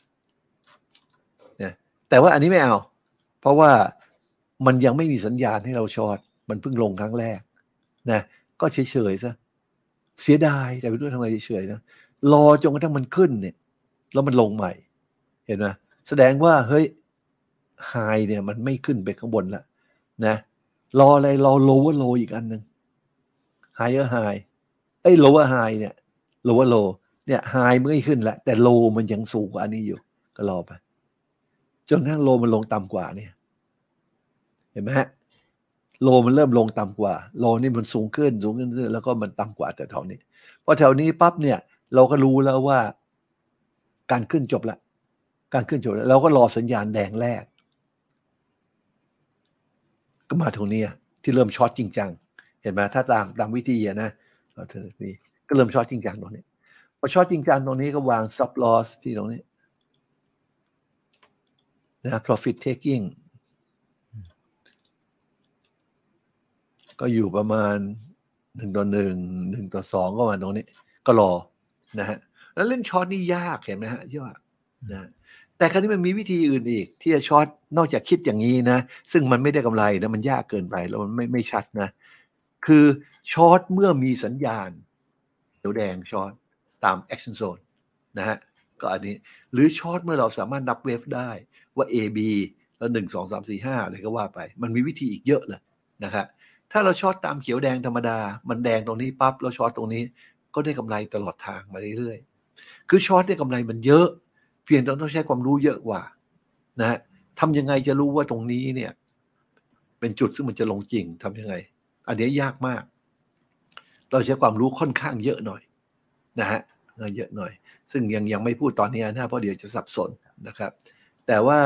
Speaker 3: เนี่ยแต่ว่าอันนี้ไม่เอาเพราะว่ามันยังไม่มีสัญญาณให้เราช็อตมันเพิ่งลงครั้งแรกนะก็เฉยๆซะเสียดายแต่ไม่รู้ทำไมเฉยๆนะรอจนกระทั่งมันขึ้นเนี่ยแล้วมันลงใหม่เห็นไหมแสดงว่าเฮ้ยไฮเนี่ยมันไม่ขึ้นไปข้างบนแล้วนะรออะไรรอ lower low อีกอันหนึ่ง higher high ไอ้ lower high เนี่ย lower low เนี่ย high มันไม่ขึ้นแล้วแต่ low มันยังสูงกว่าอันนี้อยู่ก็รอไปจนกระทั่ง low มันลงต่ำกว่าเนี่ยเห็นไหมฮะ low มันเริ่มลงต่ำกว่า low นี่มันสูงขึ้นสูงขึ้นแล้วก็มันต่ำกว่าแต่แถวนี้พอแถวนี้ปั๊บเนี่ยเราก็รู้แล้วว่าการขึ้นจบแล้วการขึ้นจบแล้วเราก็รอสัญญาณแดงแรกก็มาตรงนี้ที่เริ่มช็อตจริงจังเห็นไหมถ้าตามตามวิธีนะเราเทนี้ก็เริ่มช็อตจริงจังตรงนี้พอช็อตจริงจังตรงนี้ก็วาง stop loss ที่ตรงนี้นะ profit taking ก็อยู่ประมาณหนึ่งต่อหนึ่ง หนึ่งต่อสองก็มาตรงนี้ก็รอนะฮะแล้วเล่นช็อตนี่ยากเห็นไหมฮะยากนะแต่คราวนี้มันมีวิธีอื่นอีกที่จะช็อตนอกจากคิดอย่างนี้นะซึ่งมันไม่ได้กำไรนะมันยากเกินไปแล้วมันไม่ไม่ชัดนะคือช็อตเมื่อมีสัญญาณเขียวแดงช็อตตาม action zone นะฮะก็อันนี้หรือช็อตเมื่อเราสามารถนับเวฟได้ว่า A B แล้วหนึ่ง สอง สาม สี่ ห้าอะไรก็ว่าไปมันมีวิธีอีกเยอะเลยนะครับถ้าเราช็อตตามเขียวแดงธรรมดามันแดงตรงนี้ปั๊บเราช็อตตรงนี้ก็ได้กำไรตลอดทางมาเรื่อยๆคือช็อตได้กำไรมันเยอะเพียงแต่ต้องใช้ความรู้เยอะกว่านะฮะทำยังไงจะรู้ว่าตรงนี้เนี่ยเป็นจุดซึ่งมันจะลงจริงทำยังไงอันนี้ยากมากเราใช้ความรู้ค่อนข้างเยอะหน่อยนะฮะเยอะหน่อยซึ่งยังยังไม่พูดตอนนี้นะเพราะเดี๋ยวจะสับสนนะครับแต่ว่า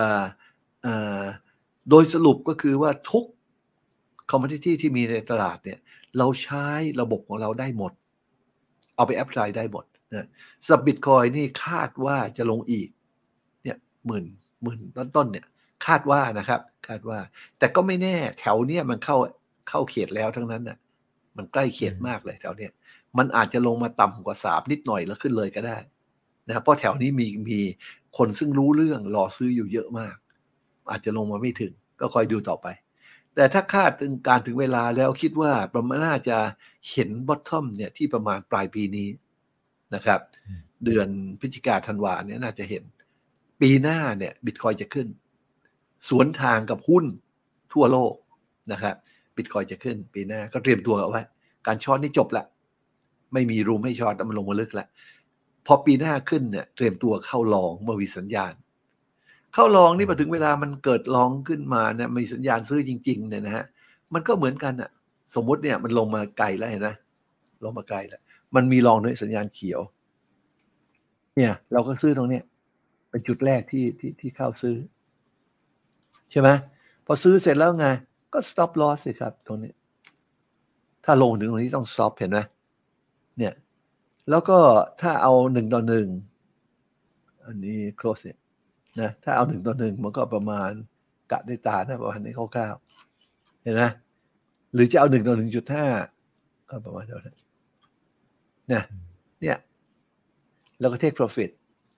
Speaker 3: โดยสรุปก็คือว่าทุกคอมมูนิตี้ที่มีในตลาดเนี่ยเราใช้ระบบของเราได้หมดเอาไปแอพพลายได้หมดนะสำหรับ Bitcoin นี่คาดว่าจะลงอีกเนี่ยหมื่นหมื่นต้นๆเนี่ยคาดว่านะครับคาดว่าแต่ก็ไม่แน่แถวเนี้ยมันเข้าเข้าเขตแล้วทั้งนั้นน่ะมันใกล้เขตมากเลยแถวเนี้ยมันอาจจะลงมาต่ำกว่าสามนิดหน่อยแล้วขึ้นเลยก็ได้นะครับเพราะแถวนี้มีมีคนซึ่งรู้เรื่องรอซื้ออยู่เยอะมากอาจจะลงมาไม่ถึงก็คอยดูต่อไปแต่ถ้าคาดถึงการถึงเวลาแล้วคิดว่าประมาณน่าจะเห็นบอททอมเนี่ยที่ประมาณปลายปีนี้นะครับเดือนพฤศจิกาธันวาเนี่ยน่าจะเห็นปีหน้าเนี่ยบิตคอยจะขึ้นสวนทางกับหุ้นทั่วโลกนะครับบิตคอยจะขึ้นปีหน้าก็เตรียมตัวเอาไว้การช็อตนี่จบละไม่มีรูมให้ช็อตมันลงมาลึกละพอปีหน้าขึ้นเนี่ยเตรียมตัวเข้าลองเมื่อมีสัญญาณเข้าลองนี่พอถึงเวลามันเกิดลองขึ้นมาเนี่ยมีสัญญาณซื้อจริงๆเนี่ยนะฮะมันก็เหมือนกันอ่ะสมมติเนี่ยมันลงมาไกลแล้วเห็นไหมลงมาไกลแล้วมันมีลองด้วยสัญญาณเขียวเนี่ยเราก็ซื้อตรงนี้เป็นจุดแรกที่ที่ที่เข้าซื้อใช่ไหมพอซื้อเสร็จแล้วไงก็ stop loss สิครับตรงนี้ถ้าลงถึงตรงนี้ต้อง stop เห็นไหมเนี่ยแล้วก็ถ้าเอาหนึ่งต่อหนึ่งอันนี้ close เนี่ยนะถ้าเอาหนึ่งต่อหนึ่งมันก็ประมาณกะได้ตานะประมาณนี้คร่าวๆเห็นไหมหรือจะเอาหนึ่งต่อหนึ่งจุดห้าก็ประมาณเท่านั้นเนี่ยเนี่ยแล้วก็ take profit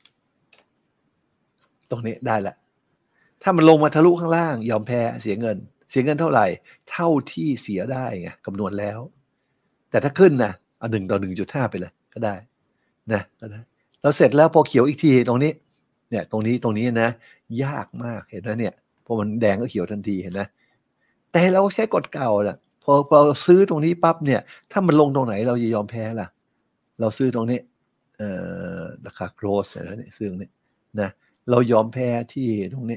Speaker 3: ตรงนี้ได้ละถ้ามันลงมาทะลุข้างล่างยอมแพ้เสียเงินเสียเงินเท่าไหร่เท่าที่เสียได้ไงคำนวณแล้วแต่ถ้าขึ้นนะเอาหนึ่งต่อหนึ่งจุดห้าไปเลยก็ได้นะก็ได้แล้วเสร็จแล้วพอเขียวอีกทีตรงนี้เนี่ยตรงนี้ตรงนี้นะยากมากเห็นไหมเนี่ยพอมันแดงก็เขียวทันทีเห็นไหมแต่เราใช้กฎเก่าแหละพอพอซื้อตรงนี้ปั๊บเนี่ยถ้ามันลงตรงไหนเราจะยอมแพ้ล่ะเราซื้อตรงนี้เอ่อราคาโกรสอะไรนี่ซื้อตรงนี้นะเรายอมแพ้ที่ตรงนี้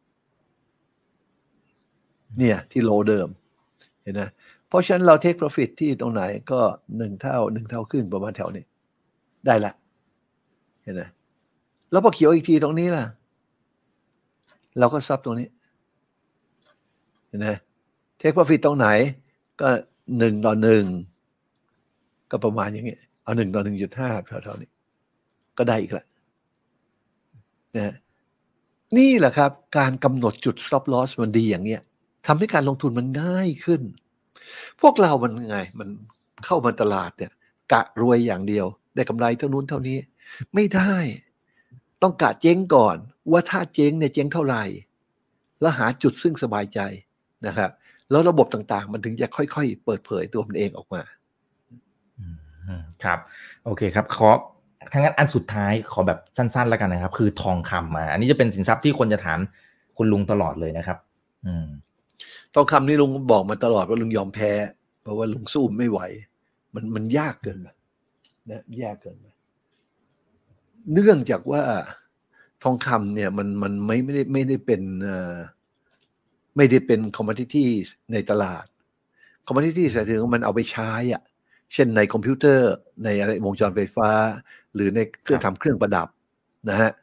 Speaker 3: เนี่ยที่โลเดิมเห็นไหมเพราะฉะนั้นเราเทคโปรฟิตที่ตรงไหนก็หนึ่งเท่าหนึ่งเท่าขึ้นประมาณแถวนี้ได้ละเห็นไหมแล้วพอเขียวอีกทีตรงนี้ล่ะเราก็ซับตรงนี้เห็นไหมเทคโปรฟิตตรงไหนก็หนึ่งต่อหนึ่งก็ประมาณอย่างนี้เอาหนึ่งต่อหนึ่งจุดห้าเท่าๆนี้ก็ได้อีกละนะนี่แหละครับการกำหนดจุด stop loss มันดีอย่างเนี้ยทำให้การลงทุนมันง่ายขึ้นพวกเรามันไงมันเข้ามาตลาดเนี่ยกะรวยอย่างเดียวได้กำไรเท่านู้นเท่านี้ไม่ได้ต้องกะเจ๊งก่อนว่าถ้าเจ๊งเนี่ยเจ๊งเท่าไหร่แล้วหาจุดซึ่งสบายใจนะครับแล้วระบบต่างๆมันถึงจะค่อยๆเปิดเผยตัวมันเองออกมา
Speaker 2: ครับโอเคครับขอทั้งนั้นอันสุดท้ายขอแบบสั้นๆแล้วกันนะครับคือทองคำมาอันนี้จะเป็นสินทรัพย์ที่คนจะถามคุณลุงตลอดเลยนะครับอืม
Speaker 3: ทองคำนี่ลุงบอกมาตลอดว่าลุงยอมแพ้เพราะว่าลุงสู้ไม่ไหวมันมันยากเกินไปนะยากเกินไปเนื่องจากว่าทองคำเนี่ยมันมันไม่ไม่ได้ไม่ได้เป็นเอ่อไม่ได้เป็นคอมมอดิตี้ในตลาดคอมมอดิตี้หมายถึงมันเอาไปใช้อ่ะเช่นในคอมพิวเตอร์ในอะไรวงจรไฟฟ้าหรือในเครื่องทำเครื่องประดับนะฮะ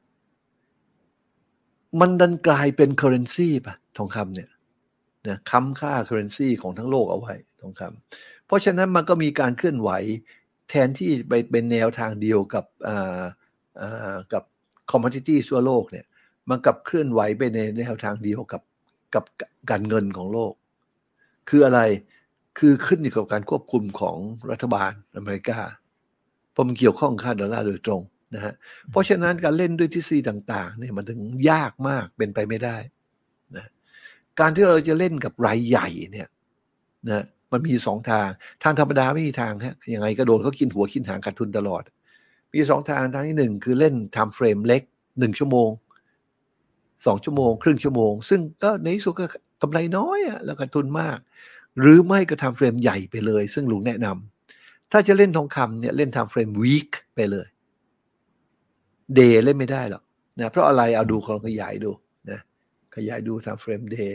Speaker 3: มันดันกลายเป็น currency ป่ะทองคำเนี่ยนะค้ำค่า currency ของทั้งโลกเอาไว้ทองคำเพราะฉะนั้นมันก็มีการเคลื่อนไหวแทนที่ไปเป็นแนวทางเดียวกับอ่าอ่ากับ commodity ทั่วโลกเนี่ยมันกลับเคลื่อนไหวไปในแนวทางเดียวกับกับการเงินของโลกคืออะไรคือขึ้นอยู่กับการควบคุมของรัฐบาลอเมริกาเพราะมันเกี่ยวข้องกับค่าดอลลาร์โดยตรงนะฮะเพราะฉะนั้นการเล่นด้วยทฤษฎีต่างๆเนี่ยมันถึงยากมากเป็นไปไม่ได้นะการที่เราจะเล่นกับรายใหญ่เนี่ยนะมันมีสองทางทางธรรมดาไม่มีทางฮะยังไงก็โดนเขากินหัวกินหางขาดทุนตลอดมีสองทางทางที่หนึ่งคือเล่น time frame เล็กหนึ่งชั่วโมงสองชั่วโมงครึ่งชั่วโมงซึ่งก็ในที่สุดก็กำไรน้อยอะแล้วขาดทุนมากหรือไม่ก็ time frame ใหญ่ไปเลยซึ่งลุงแนะนำถ้าจะเล่นทองคำเนี่ยเล่น time frame week ไปเลยเดย์เล่นไม่ได้หรอกนะเพราะอะไรเอาดูของขยายดูนะขยายดู time frame day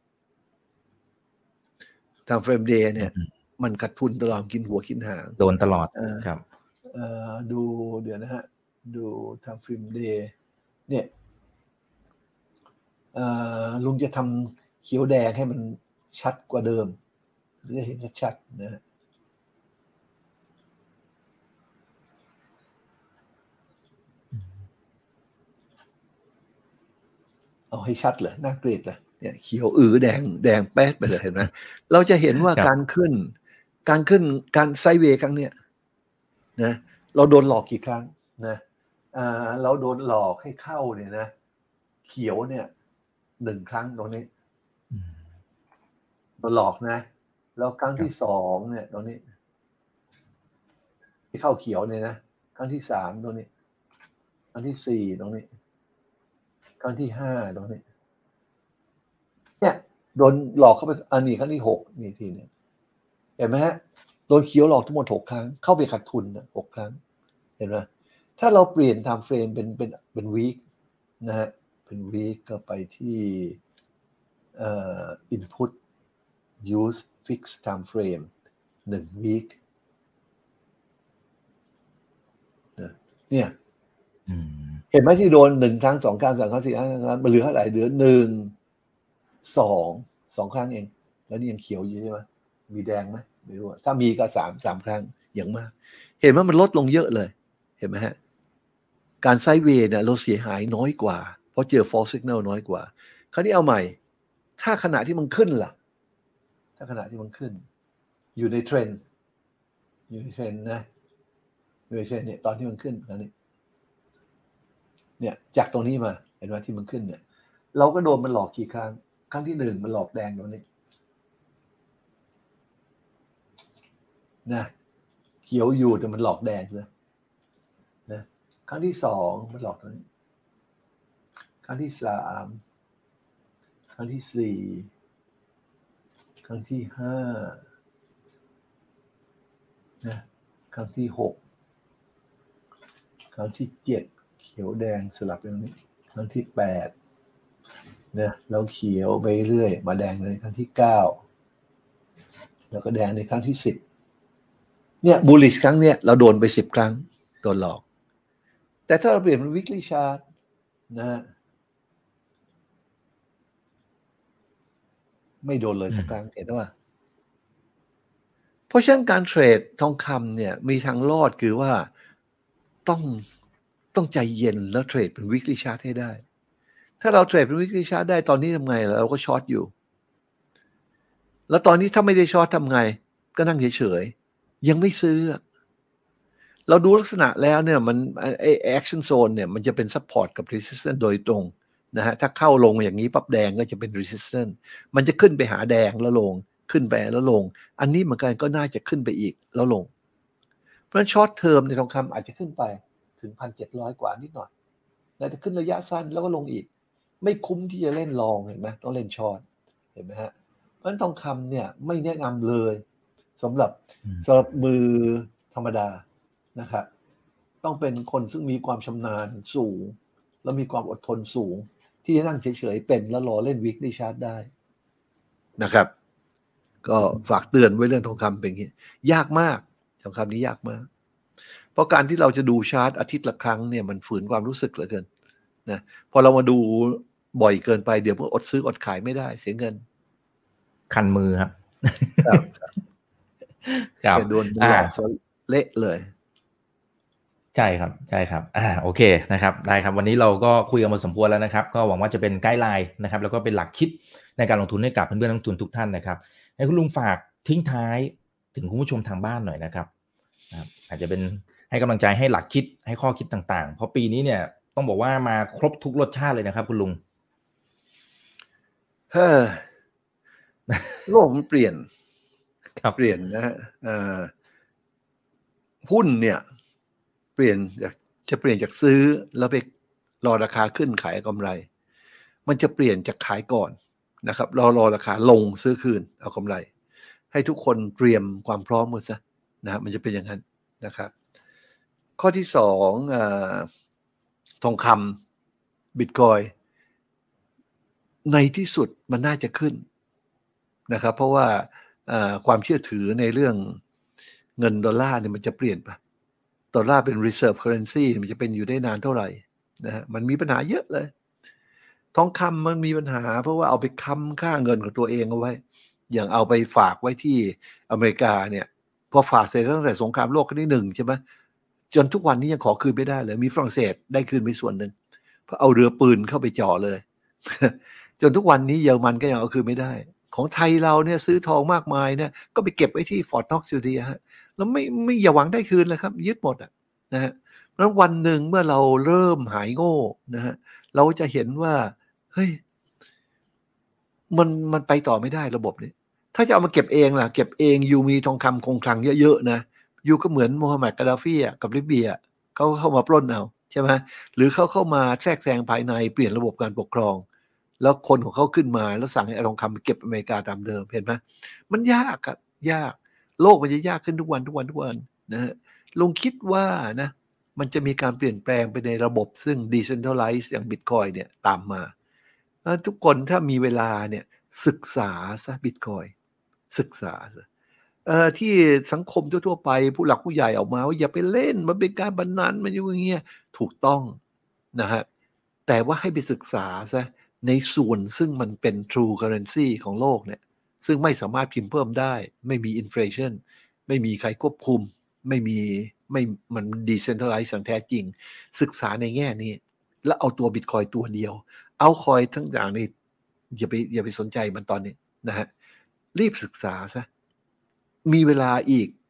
Speaker 3: time frame day เนี่ยมันขาดทุนตลอดกินหัวกินหาง
Speaker 2: โดนตลอดครับ
Speaker 3: เอ่อดูเดี๋ยวนะฮะดู time frame day เนี่ยเอ่อลุงจะทำเขียวแดงให้มันชัดกว่าเดิมจะเห็นชัดๆนะฮะเอาให้ชัดเลยน่าเกลียดเลยเนี่ยเขียวอือแดงแดงแป๊ดไปเลยเห็นไหมเราจะเห็นว่าการขึ้นการขึ้นการไซด์เวย์ครั้งเนี้ยนะเราโดนหลอกกี่ครั้งนะอ่าเราโดนหลอกให้เข้าเนี่ยนะเขียวเนี่ยหนึ่งครั้งตรงนี้โดนหลอกนะแล้วครั้งที่สองเนี่ยตรงนี้ที่เข้าเขียวเนี่ยนะครั้งที่สามตรงนี้ครั้งที่สี่ตรงนี้ครั้งที่ห้าตรงนี้เนี่ยโดนหลอกเข้าไปอันนี้ครั้งที่หกนี่ทีนี้เห็นไหมฮะโดนเขียวหลอกทั้งหมดหกครั้งเข้าไปขาดทุนนะหกครั้งเห็นไหมถ้าเราเปลี่ยน time frame เป็นเป็นเป็น week นะฮะเป็น week ก็ไปที่เอ่อ input use fixed time frame หนึ่ง week เนี่ยเห็นไหมที่โดนหนึ่งครั้งสองครั้งสามครั้งสี่ครั้งมันเหลือเท่าไหร่เหลือหนึ่งสองสองครั้งเองแล้วนี่ยังเขียวอยู่ใช่ไหมมีแดงไหมไม่รู้ถ้ามีก็สามสามครั้งอย่างมากเห็นว่ามันลดลงเยอะเลยเห็นไหมฮะการไซด์เวย์เนี่ยเราเสียหายน้อยกว่าเพราะเจอ false signal น้อยกว่าคราวนี้เอาใหม่ถ้าขณะที่มันขึ้นล่ะถ้าขณะที่มันขึ้นอยู่ในเทรนด์อยู่ในเทรนด์นะอยู่ในเทรนด์เนี่ยตอนที่มันขึ้นคราวนี้เนี่ยจากตรงนี้มาเห็นไหมที่มันขึ้นเนี่ยเราก็โดนมันหลอกกี่ครั้งครั้งที่หนึ่งมันหลอกแดงตรงนี้นะเขียวอยู่แต่มันหลอกแดงนะนะครั้งที่สองมันหลอกตรงนี้ครั้งที่สามครั้งที่สี่ครั้งที่ห้านะครั้งที่หกครั้งที่เจ็ดเขียวแดงสลับตรงนี้ครั้งที่แปดนะแล้วเขียวไปเรื่อยมาแดงในครั้งที่เก้าแล้วก็แดงในครั้งที่สิบเนี่ยบูลลิชครั้งเนี้ยเราโดนไปสิบครั้งโดนหลอกแต่ถ้าเราเปลี่ยนเป็น weekly chart นะฮะไม่โดนเลยสักครั้งเห็นไหมเพราะฉะนั้นการเทรดทองคำเนี่ยมีทางรอดคือว่าต้องต้องใจเย็นแล้วเทรดเป็น weekly chart ให้ได้ถ้าเราเทรดเป็น weekly chart ได้ตอนนี้ทำไงเราก็ช็อตอยู่แล้วตอนนี้ถ้าไม่ได้ช็อตทำไงก็นั่งเฉยๆยังไม่ซื้อเราดูลักษณะแล้วเนี่ยมันไอ้ action zone เนี่ยมันจะเป็น support กับ resistance โดยตรงนะฮะถ้าเข้าลงอย่างนี้ปั๊บแดงก็จะเป็น resistance มันจะขึ้นไปหาแดงแล้วลงขึ้นไปแล้วลงอันนี้เหมือนกันก็น่าจะขึ้นไปอีกแล้วลงเพราะฉะนั้นช็อตเทอมในทองคำอาจจะขึ้นไปถึง หนึ่งพันเจ็ดร้อย กว่านิดหน่อยแต่จะขึ้นระยะสั้นแล้วก็ลงอีกไม่คุ้มที่จะเล่นลองเห็นไหมต้องเล่นช็อตเห็นไหมฮะเพราะฉะนั้นทองคำเนี่ยไม่แนะนำเลยสำหรับ
Speaker 2: อืม
Speaker 3: สำหรับมือธรรมดานะครับต้องเป็นคนซึ่งมีความชำนาญสูงแล้วมีความอดทนสูงที่จะนั่งเฉยๆเป็นแล้วรอเล่นวิกได้ชาร์จได้นะครับก็ฝากเตือนไว้เรื่องทองคำเป็นอย่างนี้ยากมากทองคำนี้ยากมากเพราะการที่เราจะดูชาร์ตอาทิตย์ละครั้งเนี่ยมันฝืนความรู้สึกเหลือเกินนะพอเรามาดูบ่อยเกินไปเดี๋ยวมันอดซื้ออดขายไม่ได้เสียเงิน
Speaker 2: คันมือครับ
Speaker 3: ครับ
Speaker 2: ครับ
Speaker 3: จะโดนหล
Speaker 2: อ่า
Speaker 3: อกซะเละเลย
Speaker 2: ใช่ครับใช่ครับอ่าโอเคนะครับได้ครับวันนี้เราก็คุยกันมาสมควรแล้วนะครับก็หวังว่าจะเป็นไกด์ไลน์นะครับแล้วก็เป็นหลักคิดในการลงทุนให้กับเพื่อนๆนักลงทุนทุกท่านนะครับให้คุณลุงฝากทิ้งท้ายถึงคุณผู้ชมทางบ้านหน่อยนะครับนะครับอาจจะเป็นให้กำลังใจให้หลักคิดให้ข้อคิดต่างๆเพราะปีนี้เนี่ยต้องบอกว่ามาครบทุกรสชาติเลยนะครับคุณลุง
Speaker 3: เฮ้อ โลกมันเปลี่ยน
Speaker 2: ครับ
Speaker 3: เปลี่ยนนะฮะเอ่อหุ้นเนี่ยเปลี่ยนจากจะเปลี่ยนจากซื้อแล้วไปรอราคาขึ้นขายกำไร มันจะเปลี่ยนจากขายก่อนนะครับรอรอราคาลงซื้อคืนเอากำไร ให้ทุกคนเตรียมความพร้อมกันซะนะฮะมันจะเป็นอย่างนั้นนะครับ ข้อที่สองเอ่อทองคำบิตคอยในที่สุดมันน่าจะขึ้นนะครับเพราะว่าความเชื่อถือในเรื่องเงินดอลลาร์เนี่ยมันจะเปลี่ยนไปดอลลาร์เป็น reserve currency มันจะเป็นอยู่ได้นานเท่าไหร่นะฮะมันมีปัญหาเยอะเลยทองคำมันมีปัญหาเพราะว่าเอาไปค้ำค่าเงินของตัวเองเอาไว้อย่างเอาไปฝากไว้ที่อเมริกาเนี่ยพอฝากเสร็จตั้งแต่สงครามโลกครั้งที่หนึ่งใช่ไหมจนทุกวันนี้ยังขอคืนไม่ได้เลยมีฝรั่งเศสได้คืนไปส่วนหนึ่งเพราะเอาเรือปืนเข้าไปจ่อเลย จนทุกวันนี้เยอรมันก็ยังเอาคืนไม่ได้ของไทยเราเนี่ยซื้อทองมากมายเนี่ยก็ไปเก็บไว้ที่ฟอร์ตน็อกซ์อยู่ดีฮะแล้วไม่ไม่อย่าหวังได้คืนเลยครับยึดหมดอ่ะนะฮะแล้ววันหนึ่งเมื่อเราเริ่มหายโง่นะฮะเราจะเห็นว่าเฮ้ยมันมันไปต่อไม่ได้ระบบนี้ถ้าจะเอามาเก็บเองล่ะเก็บเองยูมีทองคำคงคลังเยอะๆนะยูก็เหมือนโมฮัมหมัดกาดาฟีกับลิเบียเขาเข้ามาปล้นเอาใช่ไหมหรือเขาเข้ามาแทรกแซงภายในเปลี่ยนระบบการปกครองแล้วคนของเขาขึ้นมาแล้วสั่งให้เอาทองคำเก็บอเมริกาตามเดิมเห็นไหมมันยากครับยากโลกมันจะยากขึ้นทุกวันทุกวันทุกวันนะฮะลุงคิดว่านะมันจะมีการเปลี่ยนแปลงไปในระบบซึ่ง decentralize อย่าง Bitcoin เนี่ยตามมาทุกคนถ้ามีเวลาเนี่ยศึกษาซะ Bitcoin ศึกษาซะเอ่อที่สังคมทั่วๆไปผู้หลักผู้ใหญ่ออกมาว่าอย่าไปเล่นมันเป็นการบันนันมันอย่างเงี้ยถูกต้องนะฮะแต่ว่าให้ไปศึกษาซะในส่วนซึ่งมันเป็น true currency ของโลกเนี่ยซึ่งไม่สามารถพิมพ์เพิ่มได้ไม่มี inflation ไม่มีใครควบคุมไม่มีไม่มัน decentralize อย่างแท้จริงศึกษาในแง่นี้แล้วเอาตัว Bitcoin ตัวเดียวเอาคอยทั้งอย่างนี้อย่าไปอย่าไปสนใจมันตอนนี้นะฮะรีบศึกษาซะมีเวลาอีก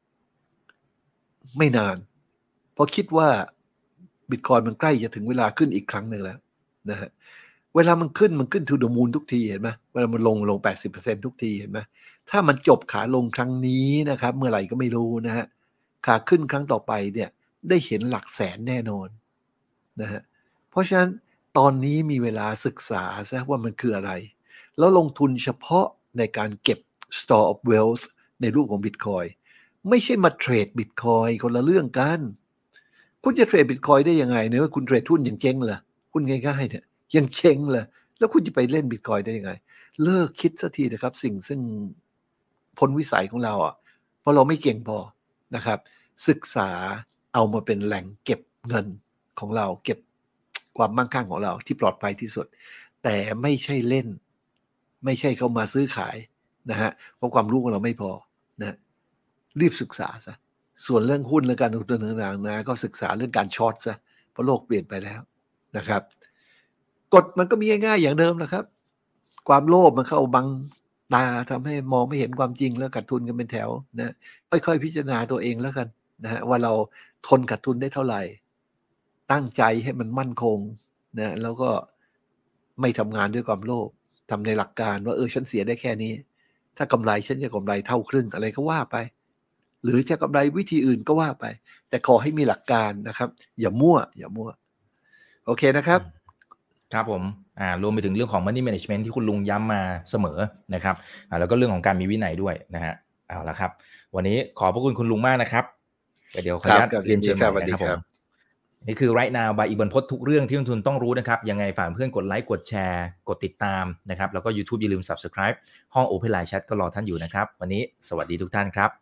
Speaker 3: ไม่นานเพราะคิดว่า Bitcoin มันใกล้จะถึงเวลาขึ้นอีกครั้งหนึ่งแล้วนะฮะเวลามันขึ้นมันขึ้น to the moon ทุกทีเห็นไหมเวลามันลงลง แปดสิบเปอร์เซ็นต์ ทุกทีเห็นไหมถ้ามันจบขาลงครั้งนี้นะครับเมื่อไหร่ก็ไม่รู้นะฮะขาขึ้นครั้งต่อไปเนี่ยได้เห็นหลักแสนแน่นอนนะฮะเพราะฉะนั้นตอนนี้มีเวลาศึกษาซะว่ามันคืออะไรแล้วลงทุนเฉพาะในการเก็บ store of wealth ในรูปของ Bitcoin ไม่ใช่มาเทรด Bitcoin คนละเรื่องกันคุณจะเทรด Bitcoin ได้ยังไงเนี่ยว่าคุณเทรดหุ้นอย่างเจ๊งเหรอหุ้นง่ายๆเนี่ยยังเจ๊งเลยแล้วคุณจะไปเล่น Bitcoin ได้ยังไงเลิกคิดสักทีนะครับสิ่งซึ่งพ้นวิสัยของเราอ่ะเพราะเราไม่เก่งพอนะครับศึกษาเอามาเป็นแหล่งเก็บเงินของเราเก็บความมั่งคั่งของเราที่ปลอดภัยที่สุดแต่ไม่ใช่เล่นไม่ใช่เข้ามาซื้อขายนะฮะเพราะความรู้ของเราไม่พอนะรีบศึกษาซะส่วนเรื่องหุ้นและการลงทุนต่างๆนะก็ศึกษาเรื่องการช็อตซะเพราะโลกเปลี่ยนไปแล้วนะครับกฎมันก็มีง่ายๆอย่างเดิมนะครับความโลภมันเข้าบังตาทำให้มองไม่เห็นความจริงแล้วขาดทุนกันเป็นแถวนะค่อยๆพิจารณาตัวเองแล้วกันนะฮะว่าเราทนขาดทุนได้เท่าไหร่ตั้งใจให้มันมั่นคงนะแล้วก็ไม่ทำงานด้วยความโลภทำในหลักการว่าเออฉันเสียได้แค่นี้ถ้ากำไรฉันจะกำไรเท่าครึ่งอะไรก็ว่าไปหรือจะกำไรวิธีอื่นก็ว่าไปแต่ขอให้มีหลักการนะครับอย่ามั่วอย่ามั่วโอเคนะครับ
Speaker 2: ครับผมอ่ารวมไปถึงเรื่องของ money management ที่คุณลุงย้ำมาเสมอนะครับอ่าแล้วก็เรื่องของการมีวินัยด้วยนะฮะเอาละครับวันนี้ขอบพระคุณคุณลุงมากนะครับเดี๋ยวขออนุญาตเรียนเชิญใหม่นะครับผมนี่คือ Right Now by อีกบรรพตทุกเรื่องที่นักลงทุนต้องรู้นะครับยังไงฝากเพื่อนกดไลค์กดแชร์กดติดตามนะครับแล้วก็ YouTube อย่าลืม Subscribe ห้อง Open Line Chat ก็รอท่านอยู่นะครับวันนี้สวัสดีทุกท่านครับ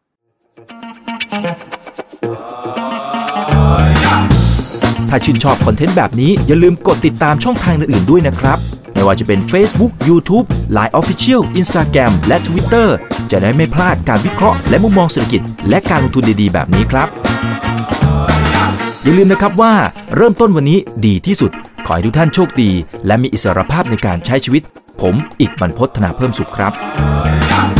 Speaker 4: ถ้าชื่นชอบคอนเทนต์แบบนี้อย่าลืมกดติดตามช่องทางอื่นๆด้วยนะครับไม่ว่าจะเป็น Facebook, YouTube, ไลน์ Official, Instagram และ Twitter จะได้ไม่พลาดการวิเคราะห์และมุมมองเศรษฐกิจและการลงทุนดีๆแบบนี้ครับอย่าลืมนะครับว่าเริ่มต้นวันนี้ดีที่สุดขอให้ทุกท่านโชคดีและมีอิสรภาพในการใช้ชีวิตผมอีกบรรพต ธนาเพิ่มสุขครับ